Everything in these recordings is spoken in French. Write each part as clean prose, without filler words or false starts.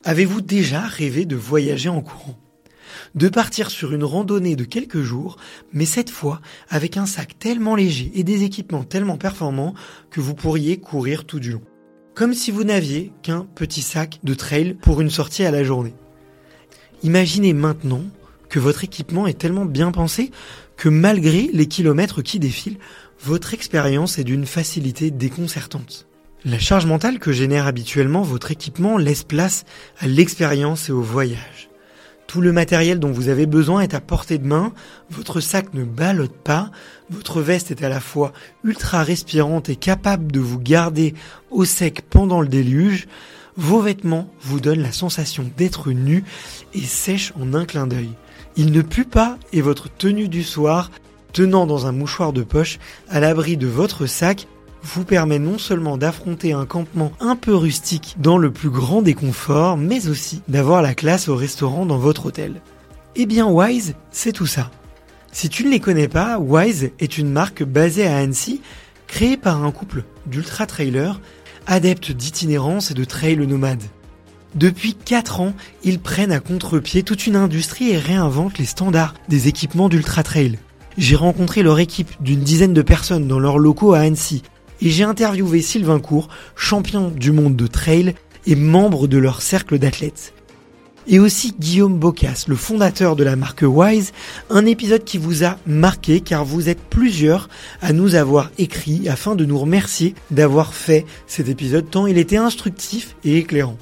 Avez-vous déjà rêvé de voyager en courant ? De partir sur une randonnée de quelques jours, mais cette fois avec un sac tellement léger et des équipements tellement performants que vous pourriez courir tout du long. Comme si vous n'aviez qu'un petit sac de trail pour une sortie à la journée. Imaginez maintenant que votre équipement est tellement bien pensé que malgré les kilomètres qui défilent, votre expérience est d'une facilité déconcertante. La charge mentale que génère habituellement votre équipement laisse place à l'expérience et au voyage. Tout le matériel dont vous avez besoin est à portée de main, votre sac ne ballotte pas, votre veste est à la fois ultra respirante et capable de vous garder au sec pendant le déluge, vos vêtements vous donnent la sensation d'être nu et sèche en un clin d'œil. Il ne pue pas et votre tenue du soir, tenant dans un mouchoir de poche à l'abri de votre sac, vous permet non seulement d'affronter un campement un peu rustique dans le plus grand des conforts, mais aussi d'avoir la classe au restaurant dans votre hôtel. Eh bien Wise, c'est tout ça. Si tu ne les connais pas, Wise est une marque basée à Annecy, créée par un couple d'ultra-trailers, adeptes d'itinérance et de trail nomades. Depuis 4 ans, ils prennent à contre-pied toute une industrie et réinventent les standards des équipements d'ultra-trail. J'ai rencontré leur équipe d'une dizaine de personnes dans leurs locaux à Annecy, et j'ai interviewé Sylvain Court, champion du monde de trail et membre de leur cercle d'athlètes. Et aussi Guillaume Bocas, le fondateur de la marque Wise, un épisode qui vous a marqué car vous êtes plusieurs à nous avoir écrit afin de nous remercier d'avoir fait cet épisode tant il était instructif et éclairant.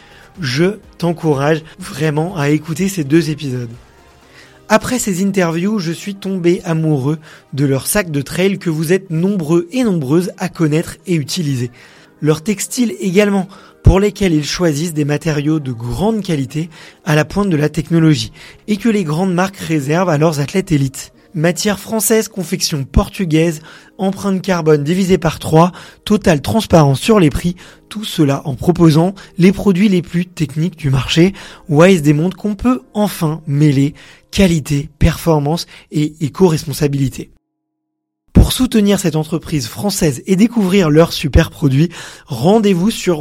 Je t'encourage vraiment à écouter ces 2 épisodes. Après ces interviews, je suis tombé amoureux de leur sac de trail que vous êtes nombreux et nombreuses à connaître et utiliser. Leurs textiles également, pour lesquels ils choisissent des matériaux de grande qualité à la pointe de la technologie et que les grandes marques réservent à leurs athlètes élites. Matière française, confection portugaise, empreinte carbone divisée par 3, totale transparence sur les prix, tout cela en proposant les produits les plus techniques du marché. Wise démontre qu'on peut enfin mêler qualité, performance et éco-responsabilité. Pour soutenir cette entreprise française et découvrir leurs super produits, rendez-vous sur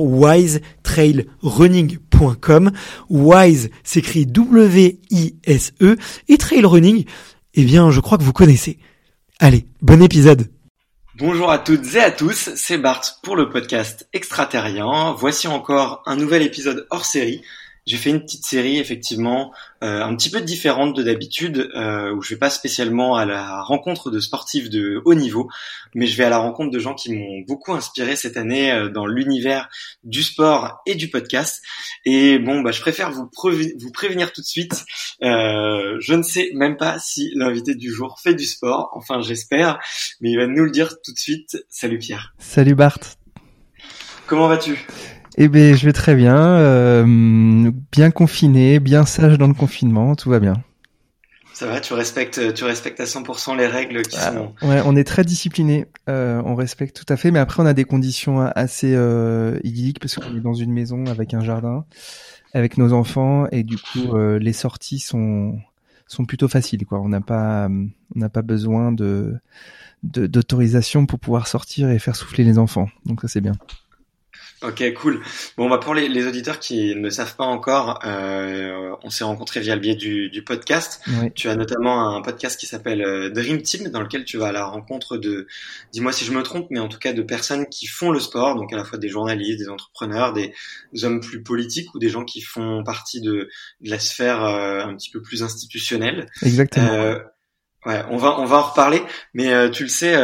wisetrailrunning.com. Wise s'écrit W-I-S-E et Trail Running, eh bien, je crois que vous connaissez. Allez, bon épisode. Bonjour à toutes et à tous, c'est Bart pour le podcast Extraterrien. Voici encore un nouvel épisode hors série. J'ai fait une petite série effectivement un petit peu différente de d'habitude où je vais pas spécialement à la rencontre de sportifs de haut niveau, mais je vais à la rencontre de gens qui m'ont beaucoup inspiré cette année dans l'univers du sport et du podcast. Et bon, je préfère vous prévenir tout de suite. Je ne sais même pas si l'invité du jour fait du sport, enfin j'espère, mais il va nous le dire tout de suite. Salut Pierre. Salut Bart. Comment vas-tu ? Eh ben, je vais très bien, bien confiné, bien sage dans le confinement, tout va bien. Ça va, tu respectes à 100% les règles qui sont... Ouais, on est très discipliné, on respecte tout à fait, mais après on a des conditions assez idylliques parce qu'on est dans une maison avec un jardin, avec nos enfants et du coup les sorties sont plutôt faciles quoi. On n'a pas besoin d'autorisation pour pouvoir sortir et faire souffler les enfants, donc ça c'est bien. Ok, cool. Bon, pour les auditeurs qui ne savent pas encore, on s'est rencontrés via le biais du podcast. Oui. Tu as notamment un podcast qui s'appelle Dream Team, dans lequel tu vas à la rencontre de, dis-moi si je me trompe, mais en tout cas de personnes qui font le sport, donc à la fois des journalistes, des entrepreneurs, des hommes plus politiques ou des gens qui font partie de la sphère un petit peu plus institutionnelle. Exactement. Ouais, on va en reparler, mais tu le sais,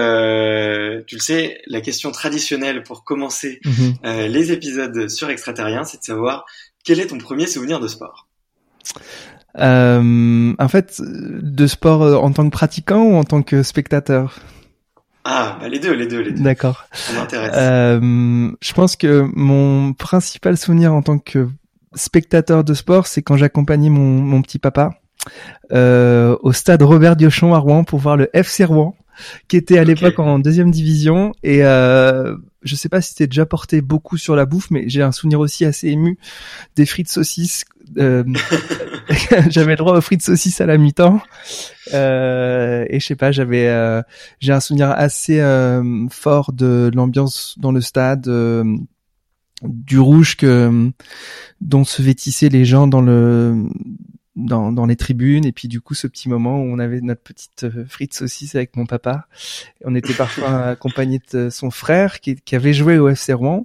la question traditionnelle pour commencer les épisodes sur Extraterrien, c'est de savoir quel est ton premier souvenir de sport. En fait, de sport en tant que pratiquant ou en tant que spectateur? Ah, les deux. D'accord. Ça m'intéresse. Je pense que mon principal souvenir en tant que spectateur de sport, c'est quand j'accompagnais mon petit papa au stade Robert Diochon à Rouen pour voir le FC Rouen qui était à l'époque en 2e division et je sais pas si t'es déjà porté beaucoup sur la bouffe, mais j'ai un souvenir aussi assez ému des frites saucisses. J'avais le droit aux frites saucisses à la mi-temps et je sais pas, j'ai un souvenir assez fort de l'ambiance dans le stade, du rouge dont se vêtissaient les gens dans les tribunes, et puis du coup ce petit moment où on avait notre petite frite saucisse avec mon papa. On était parfois accompagné de son frère qui avait joué au FC Rouen.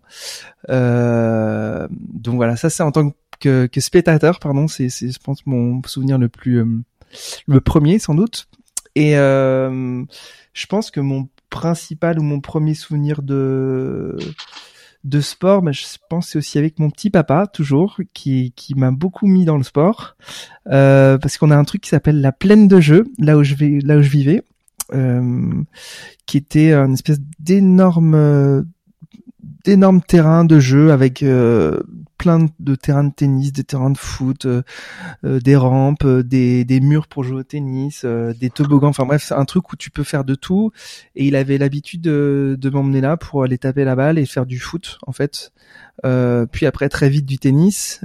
Donc voilà, ça c'est en tant que spectateur, pardon, c'est je pense mon souvenir le premier sans doute. Et je pense que mon principal ou mon premier souvenir de sport, je pense c'est aussi avec mon petit papa toujours qui m'a beaucoup mis dans le sport, parce qu'on a un truc qui s'appelle la plaine de jeux là où je vivais, qui était une espèce d'énorme terrain de jeu avec plein de terrains de tennis, des terrains de foot, des rampes, des murs pour jouer au tennis, des toboggans, enfin bref, c'est un truc où tu peux faire de tout. Et il avait l'habitude de m'emmener là pour aller taper la balle et faire du foot en fait. Puis après très vite du tennis.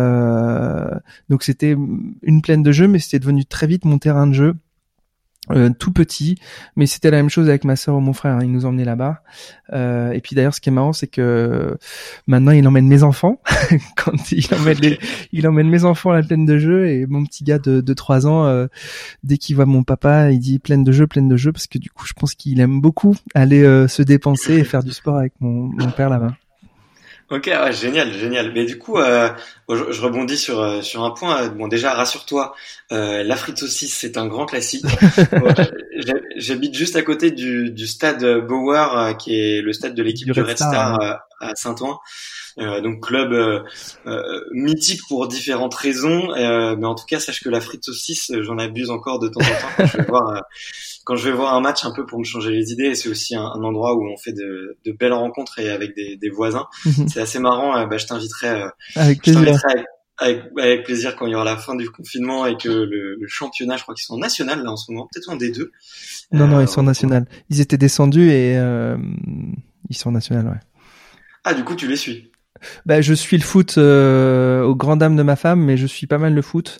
Donc c'était une plaine de jeu, mais c'était devenu très vite mon terrain de jeu. Tout petit, mais c'était la même chose avec ma sœur ou mon frère, hein, ils nous emmenaient là-bas. Et puis d'ailleurs, ce qui est marrant, c'est que maintenant il emmène mes enfants. Quand il emmène mes enfants à la plaine de jeu, et mon petit gars de 3 ans, dès qu'il voit mon papa, il dit plaine de jeu, parce que du coup, je pense qu'il aime beaucoup aller se dépenser et faire du sport avec mon père là-bas. Ok, ouais, génial. Mais du coup, je rebondis sur un point. Bon, déjà, rassure-toi, la frite saucisse, c'est un grand classique. Bon, j'habite juste à côté du stade Bauer, qui est le stade de l'équipe du Red Star à Saint-Ouen. Donc club mythique pour différentes raisons, mais en tout cas, sache que la frite saucisse, j'en abuse encore de temps en temps quand je vais voir un match un peu pour me changer les idées. Et c'est aussi un endroit où on fait de belles rencontres et avec des voisins. C'est assez marrant. Je t'inviterai avec plaisir. Avec plaisir quand il y aura la fin du confinement et que le championnat, je crois qu'ils sont en national là en ce moment, peut-être en D2. Non, ils sont en national. Ils étaient descendus et ils sont en national, ouais. Ah, du coup, tu les suis? Je suis le foot aux grandes dames de ma femme, mais je suis pas mal le foot.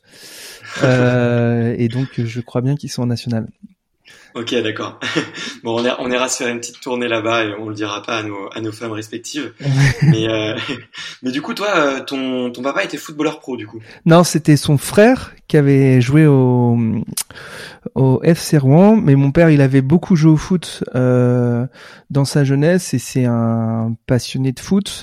Et donc, je crois bien qu'ils sont en national. Ok, d'accord. Bon, on ira se faire une petite tournée là-bas et on le dira pas à nos femmes respectives. Mais du coup, toi, ton papa était footballeur pro, du coup? Non, c'était son frère qui avait joué au FC Rouen, mais mon père, il avait beaucoup joué au foot dans sa jeunesse, et c'est un passionné de foot.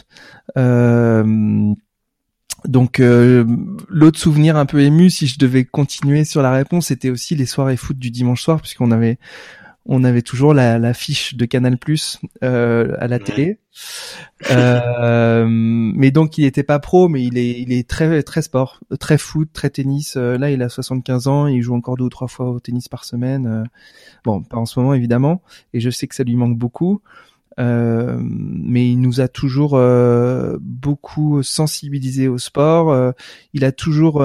Donc l'autre souvenir un peu ému, si je devais continuer sur la réponse, c'était aussi les soirées foot du dimanche soir, puisqu'on avait toujours la fiche de Canal+ à la télé. Mais donc il était pas pro, mais il est très très sport, très foot, très tennis. Là, il a 75 ans, il joue encore 2 ou 3 fois au tennis par semaine. Bon, pas en ce moment évidemment, et je sais que ça lui manque beaucoup. Mais il nous a toujours beaucoup sensibilisés au sport. Il a toujours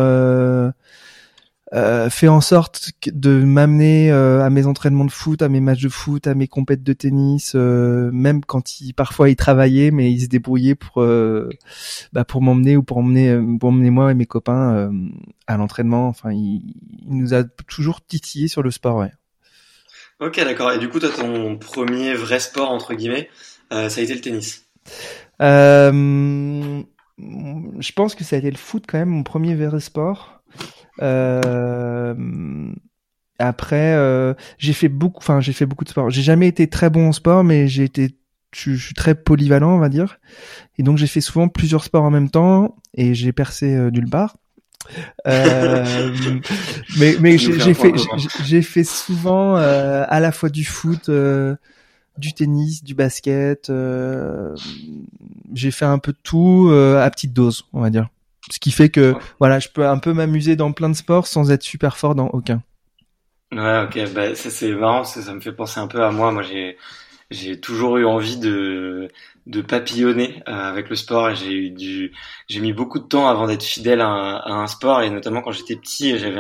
fait en sorte de m'amener à mes entraînements de foot, à mes matchs de foot, à mes compètes de tennis, même quand parfois il travaillait, mais il se débrouillait pour m'emmener ou pour emmener moi et mes copains à l'entraînement. Enfin, il nous a toujours titillé sur le sport, ouais. Ok, d'accord. Et du coup, toi, ton premier vrai sport, entre guillemets, ça a été le tennis? Je pense que ça a été le foot quand même, mon premier vrai sport. Après, j'ai fait beaucoup de sport. J'ai jamais été très bon en sport, mais je suis très polyvalent, on va dire. Et donc, j'ai fait souvent plusieurs sports en même temps, et j'ai percé nulle part. Mais j'ai fait souvent à la fois du foot, du tennis, du basket. J'ai fait un peu de tout à petite dose, on va dire. Ce qui fait que voilà, je peux un peu m'amuser dans plein de sports sans être super fort dans aucun. Ouais, ok. Ça c'est marrant, ça me fait penser un peu à moi. Moi, j'ai toujours eu envie de papillonner avec le sport, et j'ai mis beaucoup de temps avant d'être fidèle à un sport, et notamment quand j'étais petit, j'avais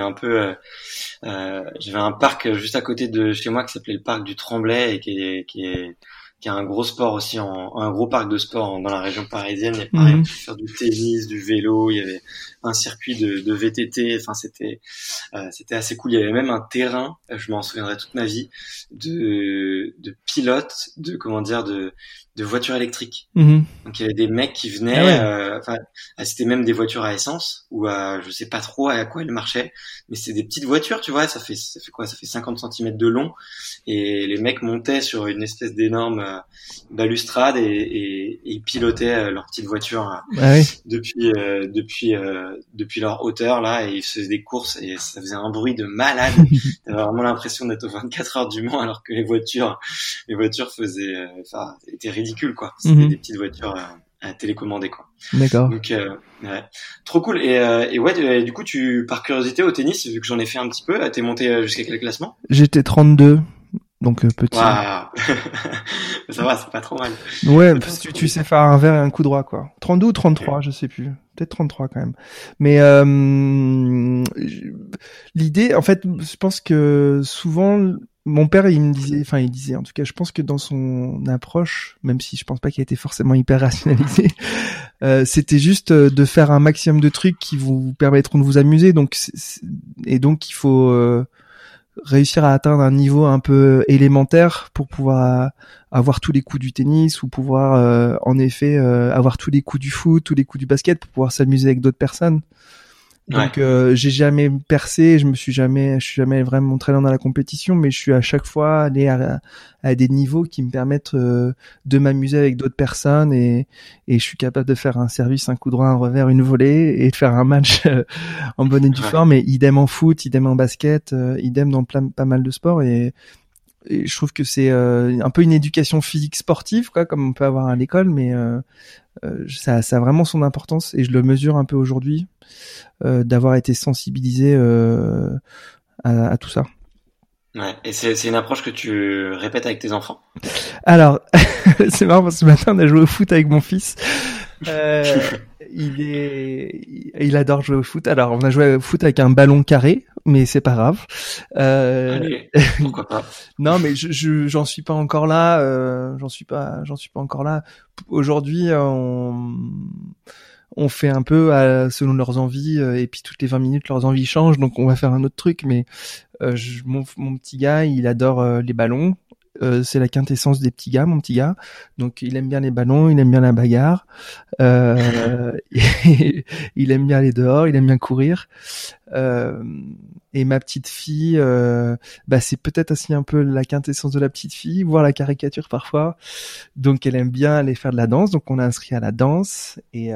un parc juste à côté de chez moi qui s'appelait le parc du Tremblay, et qui est qui a un gros sport aussi, un gros parc de sport dans la région parisienne. Il y avait pareil, on pouvait faire du tennis, du vélo, il y avait un circuit de VTT. Enfin, c'était assez cool. Il y avait même un terrain, je m'en souviendrai toute ma vie, de pilotes, de voitures électriques. Donc il y avait des mecs qui venaient, c'était même des voitures à essence ou je sais pas trop à quoi elles marchaient, mais c'était des petites voitures, tu vois, ça fait quoi, ça fait 50 cm de long, et les mecs montaient sur une espèce d'énorme balustrade et ils pilotaient leur petite voiture depuis leur hauteur là, et ils faisaient des courses et ça faisait un bruit de malade. T'avais vraiment l'impression d'être aux 24 heures du Mans, alors que les voitures étaient ridicules, quoi. C'était des petites voitures à télécommander, quoi. D'accord. Donc trop cool. Et ouais, du coup, par curiosité au tennis, vu que j'en ai fait un petit peu, t'es monté jusqu'à quel classement? J'étais 32. Donc petit. Wow. Ça va, c'est pas trop mal. Ouais, parce que tu sais faire un revers et un coup droit, quoi. 32 ou 33, je sais plus. Peut-être 33 quand même. Mais l'idée, en fait, je pense que souvent mon père, il disait, en tout cas, je pense que dans son approche, même si je pense pas qu'il a été forcément hyper rationalisé, c'était juste de faire un maximum de trucs qui vous permettront de vous amuser. Donc, donc il faut réussir à atteindre un niveau un peu élémentaire pour pouvoir avoir tous les coups du tennis ou pouvoir en effet avoir tous les coups du foot, tous les coups du basket pour pouvoir s'amuser avec d'autres personnes. Donc j'ai jamais percé, je suis jamais vraiment montré dans la compétition, mais je suis à chaque fois allé à des niveaux qui me permettent de m'amuser avec d'autres personnes, et je suis capable de faire un service, un coup droit, un revers, une volée, et de faire un match en bonne et due forme. Et idem en foot, idem en basket, idem dans pas mal de sports, et je trouve que c'est un peu une éducation physique sportive, quoi, comme on peut avoir à l'école, mais ça a vraiment son importance, et je le mesure un peu aujourd'hui, d'avoir été sensibilisé à tout ça. Ouais, et c'est une approche que tu répètes avec tes enfants? Alors, c'est marrant parce que ce matin on a joué au foot avec mon fils. Il adore jouer au foot. Alors, on a joué au foot avec un ballon carré, mais c'est pas grave. Allez, pourquoi pas. Non, mais j'en suis pas encore là. J'en suis pas encore là. Aujourd'hui, on fait un peu selon leurs envies, et puis toutes les 20 minutes leurs envies changent, donc on va faire un autre truc. Mais mon petit gars, il adore les ballons. C'est la quintessence des petits gars, mon petit gars. Donc il aime bien les ballons, il aime bien la bagarre, il aime bien aller dehors, il aime bien courir. Et ma petite fille, c'est peut-être aussi un peu la quintessence de la petite fille, voire la caricature parfois. Donc elle aime bien aller faire de la danse, donc on l'a inscrit à la danse, et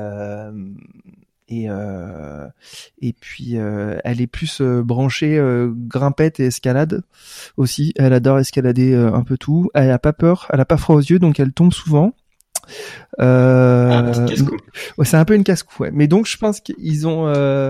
puis elle est plus branchée grimpette et escalade aussi. Elle adore escalader un peu tout. Elle a pas peur, elle a pas froid aux yeux, donc elle tombe souvent. C'est un peu une casse-cou. Ouais. Mais donc je pense qu'ils ont.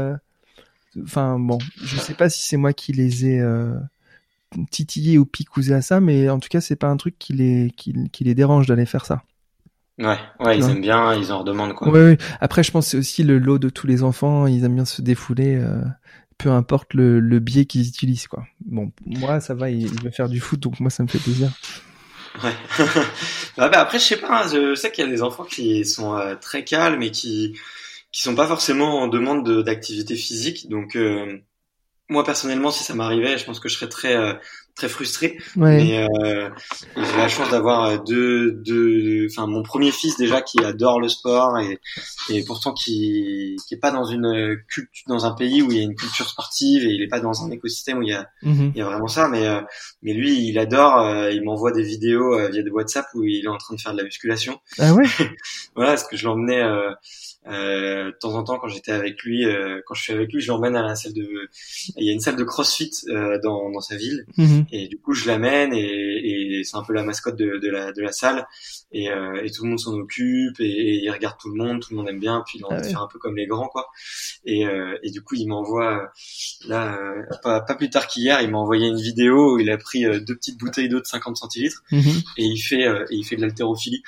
Je sais pas si c'est moi qui les ai titillés ou picousés à ça, mais en tout cas c'est pas un truc qui les dérange d'aller faire ça. Ouais, ils aiment bien, ils en redemandent, quoi. Oui. Après, je pense que c'est aussi le lot de tous les enfants, ils aiment bien se défouler, peu importe le biais qu'ils utilisent, quoi. Bon, moi, ça va, il veut faire du foot, donc moi, ça me fait plaisir. Ouais. Après, je sais pas, hein, je sais qu'il y a des enfants qui sont très calmes et qui sont pas forcément en demande d'activité physique, donc moi personnellement, si ça m'arrivait, je pense que je serais très frustré. Ouais. Mais j'ai la chance d'avoir mon premier fils déjà qui adore le sport et pourtant qui est pas dans dans un pays où il y a une culture sportive, et il est pas dans un écosystème où il y a vraiment ça. Mais lui, il adore. Il m'envoie des vidéos via de WhatsApp où il est en train de faire de la musculation. Ah ouais. Voilà, parce que je l'emmenais de temps en temps quand j'étais avec lui, quand je suis avec lui, je l'emmène à la salle il y a une salle de CrossFit dans sa ville, et du coup je l'amène, et c'est un peu la mascotte de la salle, et tout le monde s'en occupe, et il regarde tout le monde aime bien, puis il a envie de faire un peu comme les grands, quoi. Et du coup il m'envoie pas plus tard qu'hier, il m'a envoyé une vidéo où il a pris 2 petites bouteilles d'eau de 50 centilitres, et il fait de l'haltérophilie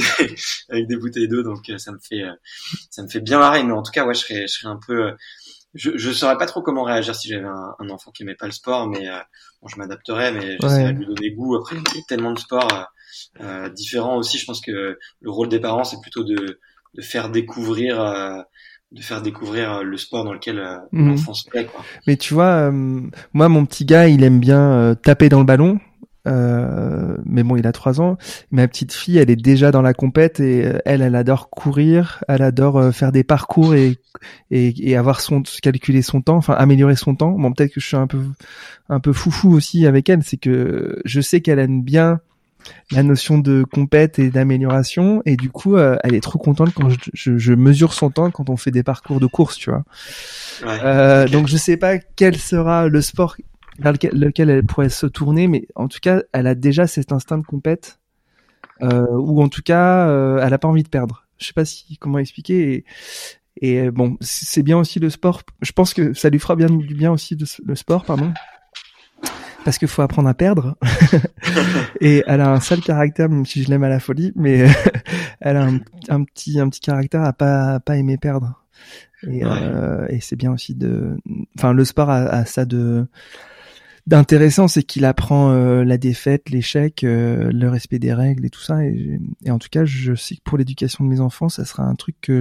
avec des bouteilles d'eau, donc ça me fait bien marrer. Mais en tout cas, ouais, je serais un peu je saurais pas trop comment réagir si j'avais un enfant qui aimait pas le sport, mais bon, je m'adapterais, mais j'essaierais de lui donner goût. Après, il y a tellement de sports différents aussi. Je pense que le rôle des parents, c'est plutôt de faire découvrir le sport dans lequel l'enfant se plaît, quoi. Mais tu vois, moi, mon petit gars, il aime bien taper dans le ballon. Mais bon, il a 3 ans. Ma petite fille, elle est déjà dans la compète et elle adore courir, elle adore faire des parcours et avoir calculer son temps, enfin améliorer son temps. Bon, peut-être que je suis un peu foufou aussi avec elle, c'est que je sais qu'elle aime bien la notion de compète et d'amélioration et du coup, elle est trop contente quand je mesure son temps quand on fait des parcours de course, tu vois. Ouais, okay. Donc je sais pas quel sera le sport vers lequel elle pourrait se tourner, mais en tout cas, elle a déjà cet instinct de compète, ou en tout cas, elle a pas envie de perdre. Je sais pas comment expliquer. Et bon, c'est bien aussi le sport. Je pense que ça lui fera du bien aussi le sport, pardon, parce qu'il faut apprendre à perdre. Et elle a un sale caractère, même si je l'aime à la folie, mais elle a un petit caractère à pas aimer perdre. Et c'est bien aussi enfin, le sport a ça d'intéressant, c'est qu'il apprend la défaite, l'échec, le respect des règles et tout ça. Et en tout cas, je sais que pour l'éducation de mes enfants, ça sera un truc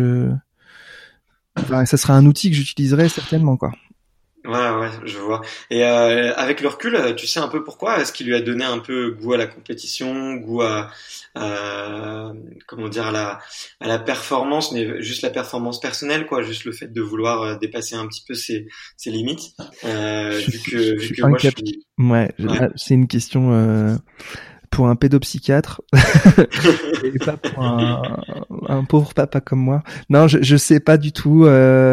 ça sera un outil que j'utiliserai certainement, quoi. Ouais, je vois. Et avec le recul, tu sais un peu pourquoi? Est-ce qu'il lui a donné un peu goût à la compétition, goût à comment dire, à la performance, mais juste la performance personnelle, quoi, juste le fait de vouloir dépasser un petit peu ses limites. Vu que moi je suis. Ouais, là, c'est une question pour un pédopsychiatre et pas pour un pauvre papa comme moi. Non, je sais pas du tout.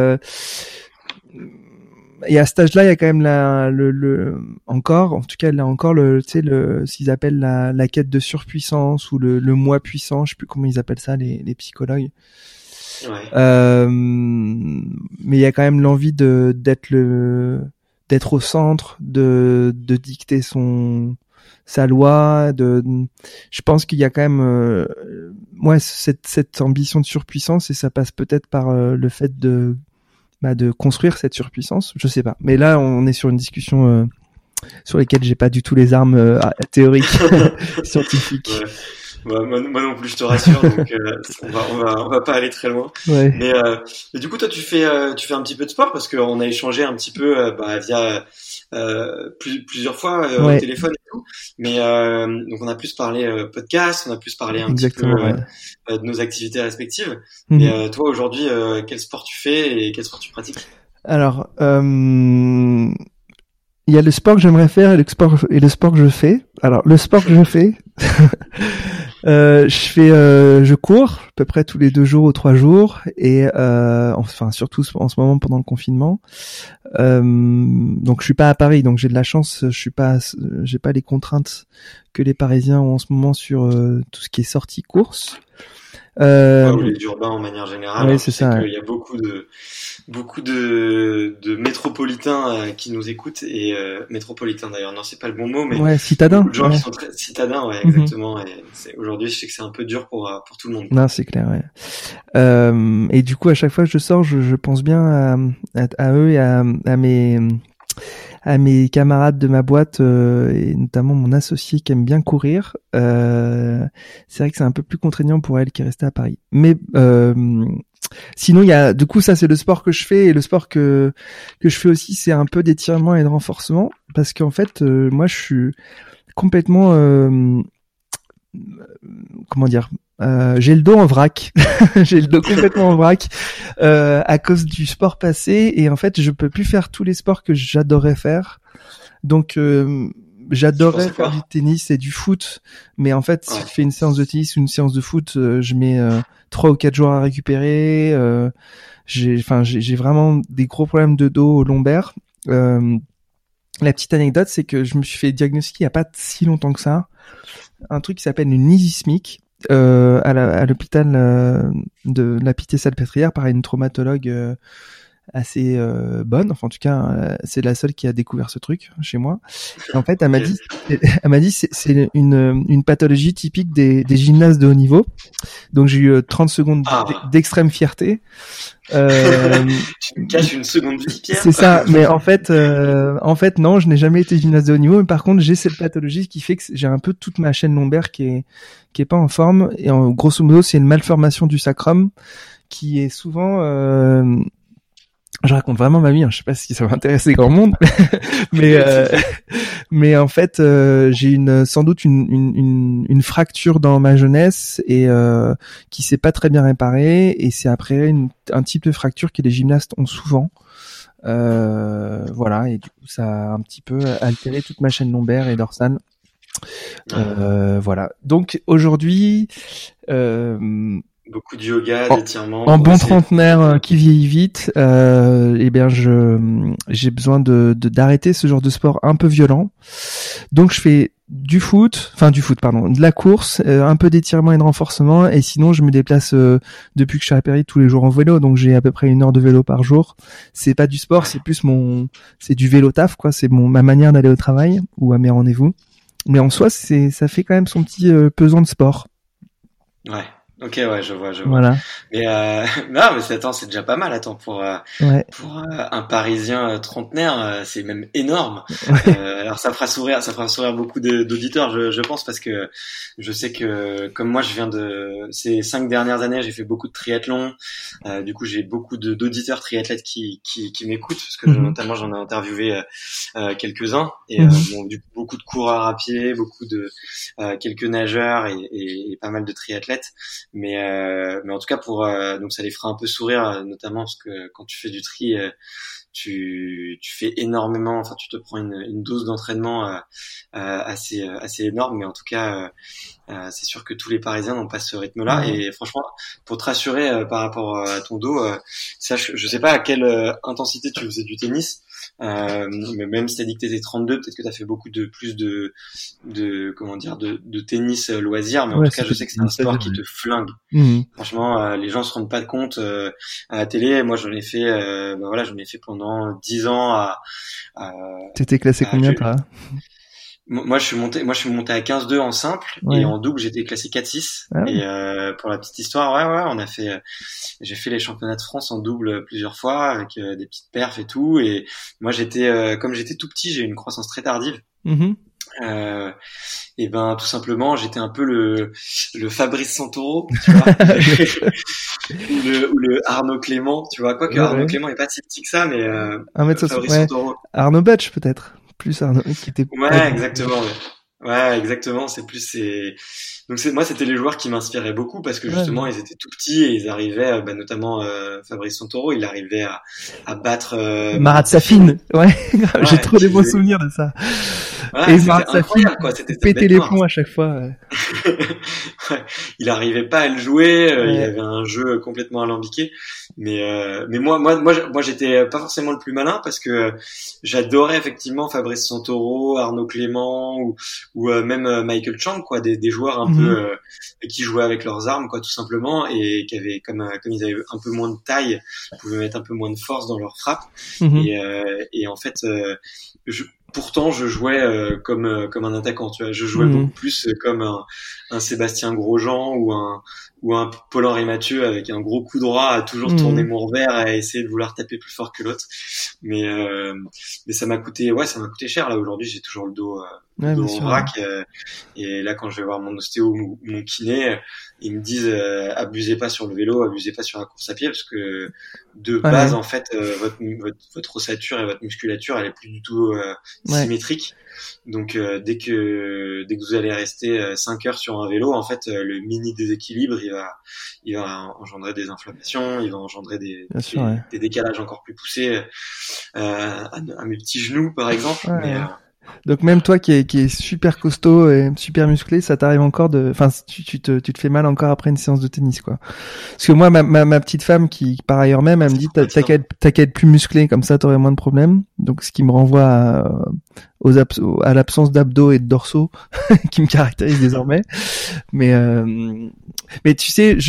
Et à cet âge-là, il y a quand même encore, en tout cas, là encore ce qu'ils appellent la quête de surpuissance ou le moi puissant. Je sais plus comment ils appellent ça, les psychologues. Ouais. Mais il y a quand même l'envie d'être au centre, de dicter sa loi. Je pense qu'il y a quand même, cette ambition de surpuissance et ça passe peut-être par le fait de construire cette surpuissance, je sais pas. Mais là, on est sur une discussion sur lesquelles j'ai pas du tout les armes théoriques scientifiques. Ouais. Moi non plus, je te rassure. Donc on va pas aller très loin. Ouais. Mais du coup, toi, tu fais un petit peu de sport parce qu'on a échangé un petit peu via plusieurs fois au téléphone et tout. Mais donc on a plus parlé podcast, on a plus parlé un Exactement, petit peu de nos activités respectives. Mm-hmm. Mais toi aujourd'hui, quel sport tu fais et quel sport tu pratiques? Alors, il y a le sport que j'aimerais faire et le sport que je fais. Alors, le sport que je fais, je cours à peu près tous les 2 jours ou 3 jours et enfin surtout en ce moment pendant le confinement. Donc je suis pas à Paris, donc j'ai de la chance, j'ai pas les contraintes que les Parisiens ont en ce moment sur tout ce qui est sortie course. Ou les urbains en manière générale. Ouais, c'est ça. Il y a beaucoup de métropolitains qui nous écoutent et métropolitains d'ailleurs, non, c'est pas le bon mot, mais citadins. Beaucoup de gens qui sont très citadins, exactement. Et aujourd'hui, je sais que c'est un peu dur pour tout le monde. Non, c'est clair, ouais. Et du coup, à chaque fois que je sors, je pense bien à eux et à mes camarades de ma boîte et notamment mon associé qui aime bien courir. C'est vrai que c'est un peu plus contraignant pour elle qui est restée à Paris. Mais sinon, du coup, ça c'est le sport que je fais et le sport que je fais aussi, c'est un peu d'étirement et de renforcement parce qu'en fait, moi, je suis complètement comment dire, j'ai le dos en vrac. J'ai le dos complètement en vrac à cause du sport passé et en fait je peux plus faire tous les sports que j'adorais faire. Donc j'adorais faire du tennis et du foot, mais en fait si je fais une séance de tennis ou une séance de foot, je mets 3 ou 4 jours à récupérer. J'ai vraiment des gros problèmes de dos lombaire. La petite anecdote, c'est que je me suis fait diagnostiquer il y a pas si longtemps que ça un truc qui s'appelle une nisismique à l'hôpital de la Pitié-Salpêtrière par une traumatologue assez bonne. Enfin, en tout cas, c'est la seule qui a découvert ce truc chez moi. Et en fait, elle m'a dit, c'est une pathologie typique des gymnastes de haut niveau. Donc, j'ai eu 30 secondes d'extrême fierté. Tu me caches une seconde vie, Pierre. C'est ça. Mais en fait, non, je n'ai jamais été gymnaste de haut niveau. Mais par contre, j'ai cette pathologie qui fait que j'ai un peu toute ma chaîne lombaire qui est pas en forme. Et grosso modo, c'est une malformation du sacrum qui est souvent je raconte vraiment ma vie, hein. Je sais pas si ça va intéresser grand monde, mais en fait, j'ai sans doute une fracture dans ma jeunesse et qui s'est pas très bien réparée, et c'est après un type de fracture que les gymnastes ont souvent. Voilà, et du coup, ça a un petit peu altéré toute ma chaîne lombaire et dorsale. Voilà. Donc aujourd'hui, beaucoup de yoga, d'étirements. En bon trentenaire qui vieillit vite, eh bien j'ai besoin d'arrêter ce genre de sport un peu violent. Donc je fais de la course, un peu d'étirement et de renforcement, et sinon je me déplace depuis que je suis à Paris tous les jours en vélo, donc j'ai à peu près 1 heure de vélo par jour. C'est pas du sport, c'est plus c'est du vélo taf, quoi. C'est ma manière d'aller au travail ou à mes rendez-vous. Mais en soi, ça fait quand même son petit pesant de sport. Ouais. Ok, ouais, je vois. Voilà. Mais non, mais c'est déjà pas mal. Pour un Parisien trentenaire, c'est même énorme. Alors ça fera sourire beaucoup d'auditeurs, je pense, parce que je sais que comme moi, je viens de ces 5 dernières années, j'ai fait beaucoup de triathlon. Du coup, j'ai beaucoup d'auditeurs triathlètes qui m'écoutent, parce que notamment j'en ai interviewé quelques-uns, et du coup, beaucoup de coureurs à pied, beaucoup de quelques nageurs et pas mal de triathlètes. Mais en tout cas donc ça les fera un peu sourire, notamment parce que quand tu fais du tri, tu fais énormément, enfin tu te prends une dose d'entraînement assez énorme, mais en tout cas c'est sûr que tous les Parisiens n'ont pas ce rythme-là. Et franchement, pour te rassurer par rapport à ton dos, sache, je sais pas à quelle intensité tu faisais du tennis, mais même si t'as dit que t'étais 32, peut-être que t'as fait beaucoup de tennis loisir, mais en tout cas je sais que c'est un sport qui te flingue. Franchement, les gens se rendent pas compte à la télé. Moi j'en ai fait pendant 10 ans T'étais classé combien, toi? Moi je suis monté à 15-2 en simple, et en double j'étais classé 4-6. Et pour la petite histoire, j'ai fait les championnats de France en double plusieurs fois avec des petites perfs et tout, et moi comme j'étais tout petit, j'ai eu une croissance très tardive. Et ben tout simplement j'étais un peu le Fabrice Santoro, tu vois, ou le Arnaud Clément, tu vois, quoique Arnaud Clément est pas si petit que ça, mais Fabrice Santoro. Arnaud Butch peut-être. Plus Arnaud qui était. Ouais, exactement. Ouais, exactement. Donc moi c'était les joueurs qui m'inspiraient beaucoup, parce que justement ils étaient tout petits et ils arrivaient, notamment Fabrice Santoro, il arrivait à battre Marat Safin. Ouais, j'ai trop des bons souvenirs de ça. Ouais, et Marat Safin, c'était péter les plombs à chaque fois. Il arrivait pas à le jouer, il avait un jeu complètement alambiqué, mais moi j'étais pas forcément le plus malin, parce que j'adorais effectivement Fabrice Santoro, Arnaud Clément ou même Michael Chang, quoi, des joueurs un peu qui jouaient avec leurs armes, quoi, tout simplement, et qui avaient comme ils avaient un peu moins de taille, pouvaient mettre un peu moins de force dans leur frappe. Et en fait pourtant je jouais comme un attaquant, tu vois, je jouais beaucoup plus comme un Sébastien Grosjean ou un Paul-Henri Mathieu, avec un gros coup droit à toujours tourner mon revers, à essayer de vouloir taper plus fort que l'autre. Mais ça m'a coûté cher. Là aujourd'hui, j'ai toujours le dos en vrac, et là quand je vais voir mon ostéo ou mon kiné, ils me disent abusez pas sur le vélo, abusez pas sur la course à pied, parce que de base en fait votre ossature et votre musculature, elle est plus du tout symétrique. Donc dès que vous allez rester 5 heures sur un vélo, en fait le mini déséquilibre il va engendrer des inflammations, il va engendrer des décalages encore plus poussés à mes petits genoux par exemple. Donc même toi qui est super costaud et super musclé, ça t'arrive encore tu te fais mal encore après une séance de tennis, quoi. Parce que moi ma petite femme qui par ailleurs même, elle me dit t'as qu'à être plus musclé, comme ça t'aurais moins de problèmes. Donc ce qui me renvoie à l'absence d'abdos et de dorsaux qui me caractérisent désormais. Mais tu sais,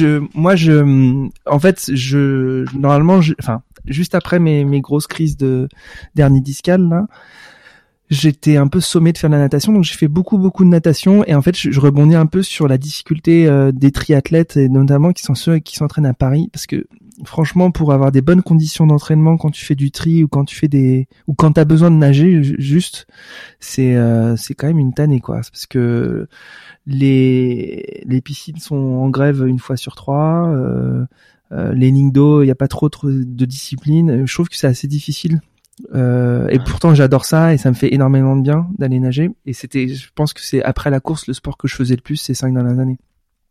normalement, juste après mes grosses crises d'hernie discale là, j'étais un peu sommé de faire de la natation, donc j'ai fait beaucoup de natation, et en fait je rebondis un peu sur la difficulté des triathlètes, et notamment qui sont ceux qui s'entraînent à Paris, parce que franchement, pour avoir des bonnes conditions d'entraînement quand tu fais du tri ou quand tu fais ou quand t'as besoin de nager juste, c'est quand même une tannée quoi, parce que les piscines sont en grève une fois sur 3, les lignes d'eau, il y a pas trop de discipline. Je trouve que c'est assez difficile. Et pourtant j'adore ça et ça me fait énormément de bien d'aller nager, et je pense que c'est après la course le sport que je faisais le plus ces 5 dernières années.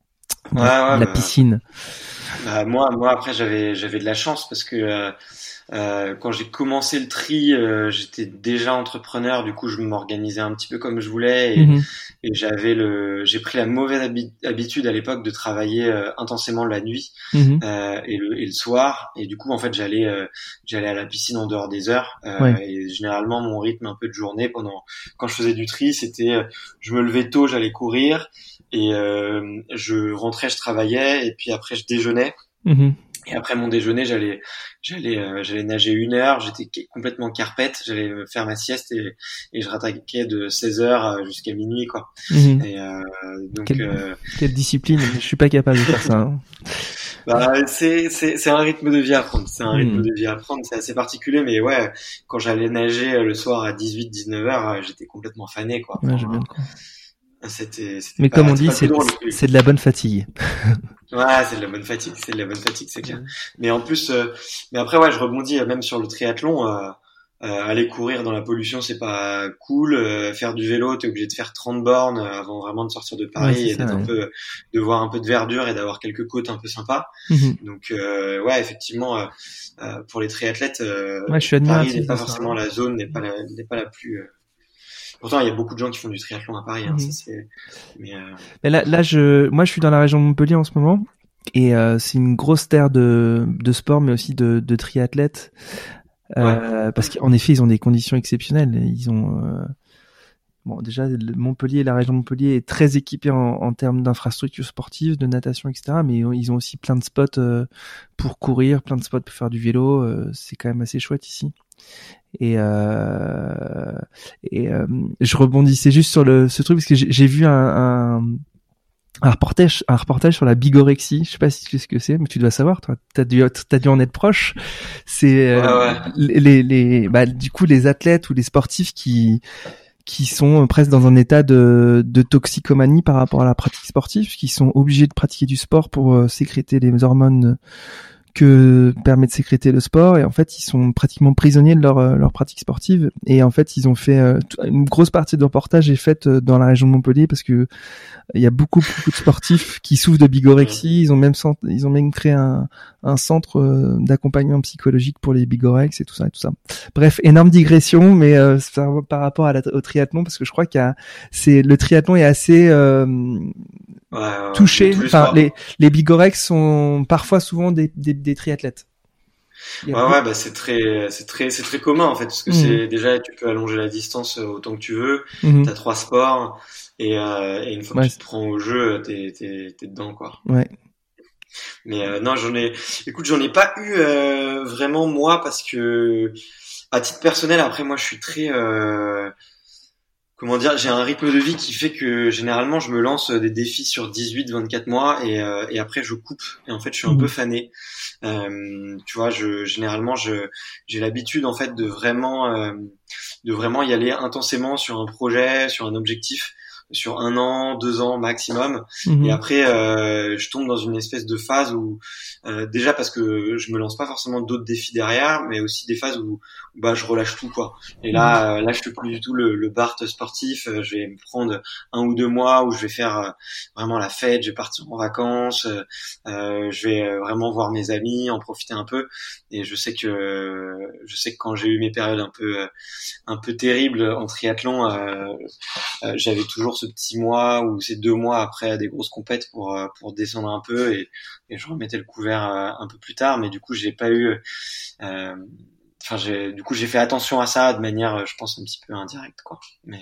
La piscine. Moi après j'avais de la chance parce que quand j'ai commencé le tri, j'étais déjà entrepreneur, du coup je m'organisais un petit peu comme je voulais, et j'ai pris la mauvaise habitude à l'époque de travailler intensément la nuit et le soir, et du coup en fait j'allais à la piscine en dehors des heures, et généralement mon rythme un peu de journée quand je faisais du tri, c'était je me levais tôt, j'allais courir, et je rentrais, je travaillais, et puis après je déjeunais. Et après mon déjeuner, j'allais nager 1 heure, j'étais complètement carpette, j'allais faire ma sieste, et je rattaquais de 16h jusqu'à minuit quoi. Et donc quelle discipline, je suis pas capable de faire ça. Hein. C'est un rythme de vie à prendre, c'est assez particulier, mais ouais, quand j'allais nager le soir à 18-19h, j'étais complètement fané quoi. Ouais, j'ai bien compris. Mais comme on dit, c'est de la bonne fatigue. Ouais, c'est de la bonne fatigue, c'est clair. Mais en plus, mais après, ouais, je rebondis même sur le triathlon. Aller courir dans la pollution, c'est pas cool. Faire du vélo, t'es obligé de faire 30 bornes avant vraiment de sortir de Paris, et de voir un peu de verdure et d'avoir quelques côtes un peu sympas. Donc, ouais, effectivement, pour les triathlètes, je suis admiratif. Paris n'est pas forcément la zone, n'est pas la plus. Pourtant, il y a beaucoup de gens qui font du triathlon à Paris. Ça, c'est. Mais là, moi, je suis dans la région de Montpellier en ce moment, et c'est une grosse terre de sport, mais aussi de triathlètes, parce qu'en effet, ils ont des conditions exceptionnelles. Ils ont déjà Montpellier, la région de Montpellier est très équipée en termes d'infrastructures sportives, de natation, etc. Mais ils ont aussi plein de spots pour courir, plein de spots pour faire du vélo. C'est quand même assez chouette ici. Et je rebondissais juste sur ce truc parce que j'ai vu un reportage sur la bigorexie. Je sais pas si tu sais ce que c'est, mais tu dois savoir, toi. T'as dû en être proche. C'est du coup les athlètes ou les sportifs qui sont presque dans un état de toxicomanie par rapport à la pratique sportive, qui sont obligés de pratiquer du sport pour sécréter les hormones que permet de sécréter le sport, et en fait ils sont pratiquement prisonniers de leur pratique sportive. Et en fait ils ont fait une grosse partie de leur reportage est faite dans la région de Montpellier, parce que il y a beaucoup de sportifs qui souffrent de bigorexie. Ils ont même créé un centre d'accompagnement psychologique pour les bigorex et tout ça. Bref, énorme digression, mais par rapport au triathlon, parce que je crois le triathlon est assez touché. Enfin, les bigorex sont souvent des triathlètes. Ouais, c'est très commun en fait, parce que c'est déjà, tu peux allonger la distance autant que tu veux. T'as 3 sports, et une fois que tu te prends au jeu, t'es dedans quoi. Ouais. Mais non, j'en ai pas eu vraiment moi, parce que à titre personnel, après moi je suis très comment dire, j'ai un rythme de vie qui fait que généralement je me lance des défis sur 18-24 mois, et après je coupe, et en fait je suis un peu fané. Tu vois, généralement j'ai l'habitude en fait de vraiment y aller intensément sur un projet, sur un objectif, sur 1 an, 2 ans maximum. Et après je tombe dans une espèce de phase où déjà parce que je me lance pas forcément d'autres défis derrière, mais aussi des phases où je relâche tout quoi. Et là je fais plus du tout le Bart sportif. Je vais me prendre 1 ou 2 mois où je vais faire vraiment la fête, je vais partir en vacances, je vais vraiment voir mes amis, en profiter un peu. Et je sais que quand j'ai eu mes périodes un peu terribles en triathlon, j'avais toujours ce petit mois ou ces 2 mois après des grosses compètes pour descendre un peu, et je remettais le couvert un peu plus tard. Mais du coup j'ai pas eu enfin j'ai fait attention à ça de manière, je pense un petit peu indirecte, quoi.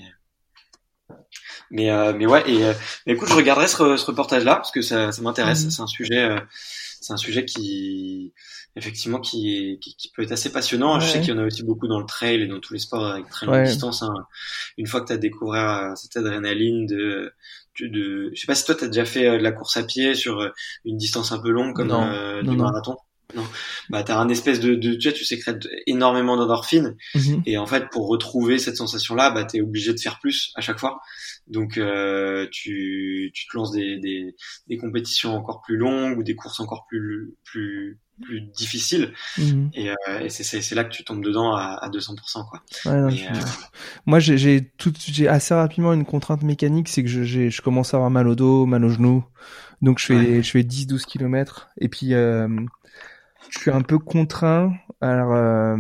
Mais ouais. Mais écoute, je regarderai ce reportage-là parce que ça m'intéresse. C'est un sujet qui effectivement qui peut être assez passionnant. Ouais. Je sais qu'il y en a aussi beaucoup dans le trail et dans tous les sports avec très longue distance. Hein. Une fois que t'as découvert cette adrénaline je sais pas si toi t'as déjà fait de la course à pied sur une distance un peu longue comme du marathon. Non. Bah t'as un espèce de tu sécrètes énormément d'endorphines et en fait pour retrouver cette sensation là, bah t'es obligé de faire plus à chaque fois. Donc tu te lances des compétitions encore plus longues ou des courses encore plus difficiles et c'est là que tu tombes dedans à 200%, quoi. Ouais, non, moi j'ai assez rapidement une contrainte mécanique, c'est que je commence à avoir mal au dos, mal aux genoux. Donc je fais 10-12 km et puis je suis un peu contraint. Alors,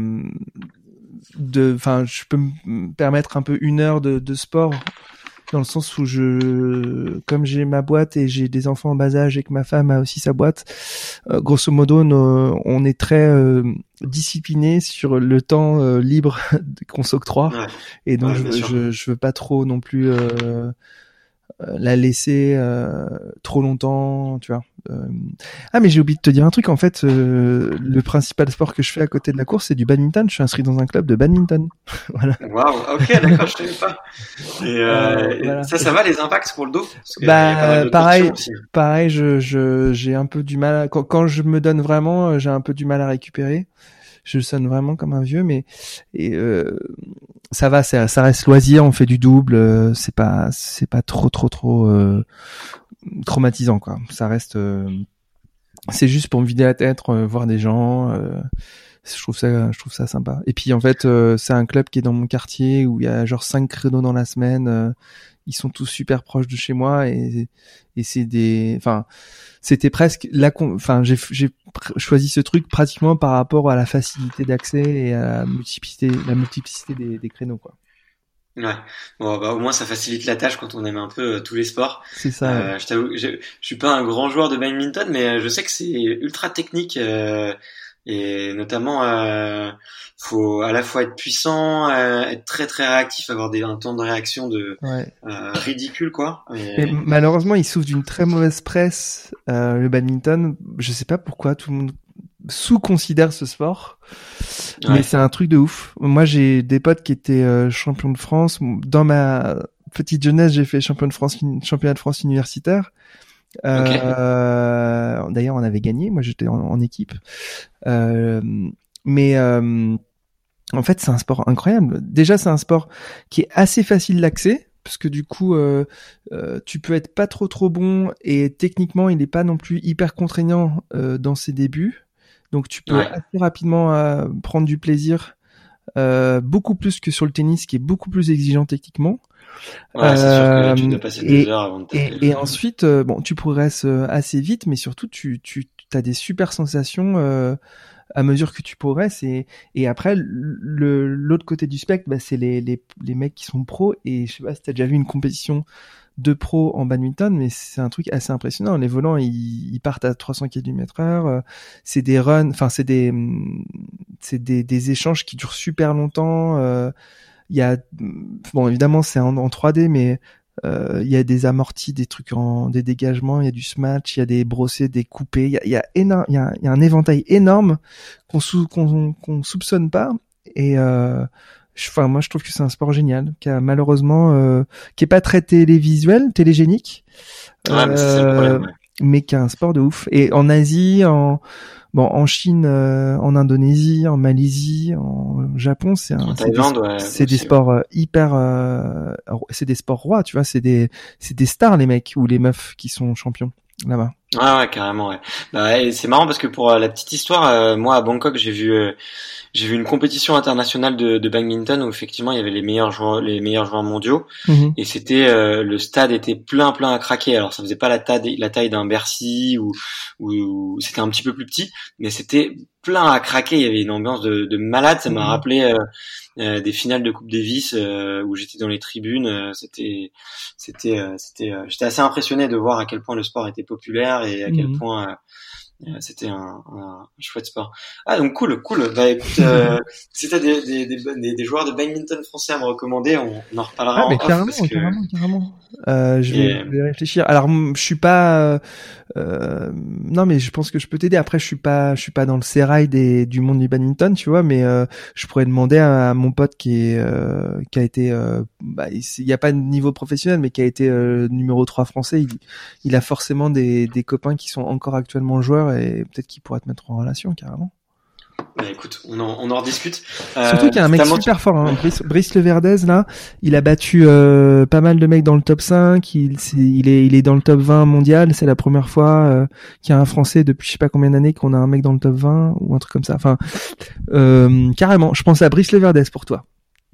je peux me permettre un peu 1 heure de sport dans le sens où comme j'ai ma boîte et j'ai des enfants en bas âge et que ma femme a aussi sa boîte, grosso modo, on est très discipliné sur le temps libre qu'on s'octroie. Ouais. Et donc je veux pas trop non plus la laisser trop longtemps, tu vois. Ah, mais j'ai oublié de te dire un truc, en fait, le principal sport que je fais à côté de la course, c'est du badminton. Je suis inscrit dans un club de badminton. Voilà. Waouh, ok, d'accord, je savais pas. Et voilà. Ça va les impacts pour le dos? Pareil, j'ai un peu du mal quand je me donne vraiment, j'ai un peu du mal à récupérer. Je sonne vraiment comme un vieux, mais ça va, ça reste loisir, on fait du double, c'est pas trop traumatisant, quoi. Ça reste, c'est juste pour me vider la tête, voir des gens. Je trouve ça sympa. Et puis en fait, c'est un club qui est dans mon quartier où il y a genre 5 créneaux dans la semaine. Ils sont tous super proches de chez moi et c'était presque j'ai choisi ce truc pratiquement par rapport à la facilité d'accès et à la multiplicité des créneaux, quoi. Ouais. Bon, bah, au moins, ça facilite la tâche quand on aime un peu tous les sports. C'est ça. Ouais. Je t'avoue, je suis pas un grand joueur de badminton, mais je sais que c'est ultra technique, et notamment, faut à la fois être puissant, être très très réactif, avoir un temps de réaction ridicule, quoi. Mais malheureusement, il souffre d'une très mauvaise presse, le badminton. Je sais pas pourquoi tout le monde sous-considère ce sport, mais c'est un truc de ouf. Moi, j'ai des potes qui étaient champions de France. Dans ma petite jeunesse, j'ai fait championnat de France universitaire. Okay. D'ailleurs, on avait gagné. Moi, j'étais en équipe. Mais en fait, c'est un sport incroyable. Déjà, c'est un sport qui est assez facile d'accès, parce que du coup, tu peux être pas trop bon et techniquement, il n'est pas non plus hyper contraignant dans ses débuts. Donc, tu peux assez rapidement prendre du plaisir, beaucoup plus que sur le tennis, qui est beaucoup plus exigeant techniquement. Ouais, c'est sûr que tu dois passer 2 heures avant de et ensuite, tu progresses assez vite, mais surtout, tu as des super sensations à mesure que tu progresses. Et après, l'autre côté du spectre, bah, c'est les mecs qui sont pros. Et je sais pas si t'as déjà vu une compétition de pros en badminton, mais c'est un truc assez impressionnant. Les volants, ils partent à 300 km/h. C'est des runs, enfin, c'est des échanges qui durent super longtemps. Il y a, bon, évidemment, c'est en 3D, mais il y a des amortis, des trucs des dégagements, il y a du smash, il y a des brossés, des coupés, il y a un éventail énorme qu'on soupçonne pas. Et moi, je trouve que c'est un sport génial, qui a malheureusement, qui est pas très télégénique, mais c'est le problème, mais qui a un sport de ouf. Et en Asie, en Chine, en Indonésie, en Malaisie, en Japon, c'est des sports hyper, c'est des sports rois, tu vois, c'est des stars, les mecs ou les meufs qui sont champions là-bas. Ouais, carrément, ouais. Bah, et c'est marrant parce que pour la petite histoire, moi à Bangkok, j'ai vu une compétition internationale de badminton où effectivement il y avait les meilleurs joueurs mondiaux, et c'était le stade était plein à craquer. Alors ça faisait pas la taille d'un Bercy ou c'était un petit peu plus petit, mais c'était plein à craquer. Il y avait une ambiance de malade. Ça m'a rappelé des finales de Coupe Davis où j'étais dans les tribunes. J'étais assez impressionné de voir à quel point le sport était populaire et à quel point C'était un chouette sport. Ah, donc cool. Bah écoute, si t'as des joueurs de badminton français à me recommander, on en reparlera Ah, en mais off carrément, parce que carrément. Je vais réfléchir. Alors, je suis pas. Non, mais je pense que je peux t'aider. Après, je suis pas dans le sérail du monde du badminton, tu vois. Mais je pourrais demander à mon pote qui a été. Il y a pas de niveau professionnel, mais qui a été numéro 3 français. Il a forcément des copains qui sont encore actuellement joueurs et peut-être qu'il pourra te mettre en relation carrément. bah écoute, on en rediscute. Surtout qu'il y a un mec super fort, hein. Brice Leverdez, là, il a battu pas mal de mecs dans le top 5, il est dans le top 20 mondial, c'est la première fois qu'il y a un Français depuis je sais pas combien d'années qu'on a un mec dans le top 20 ou un truc comme ça. Enfin, carrément, je pense à Brice Leverdez pour toi.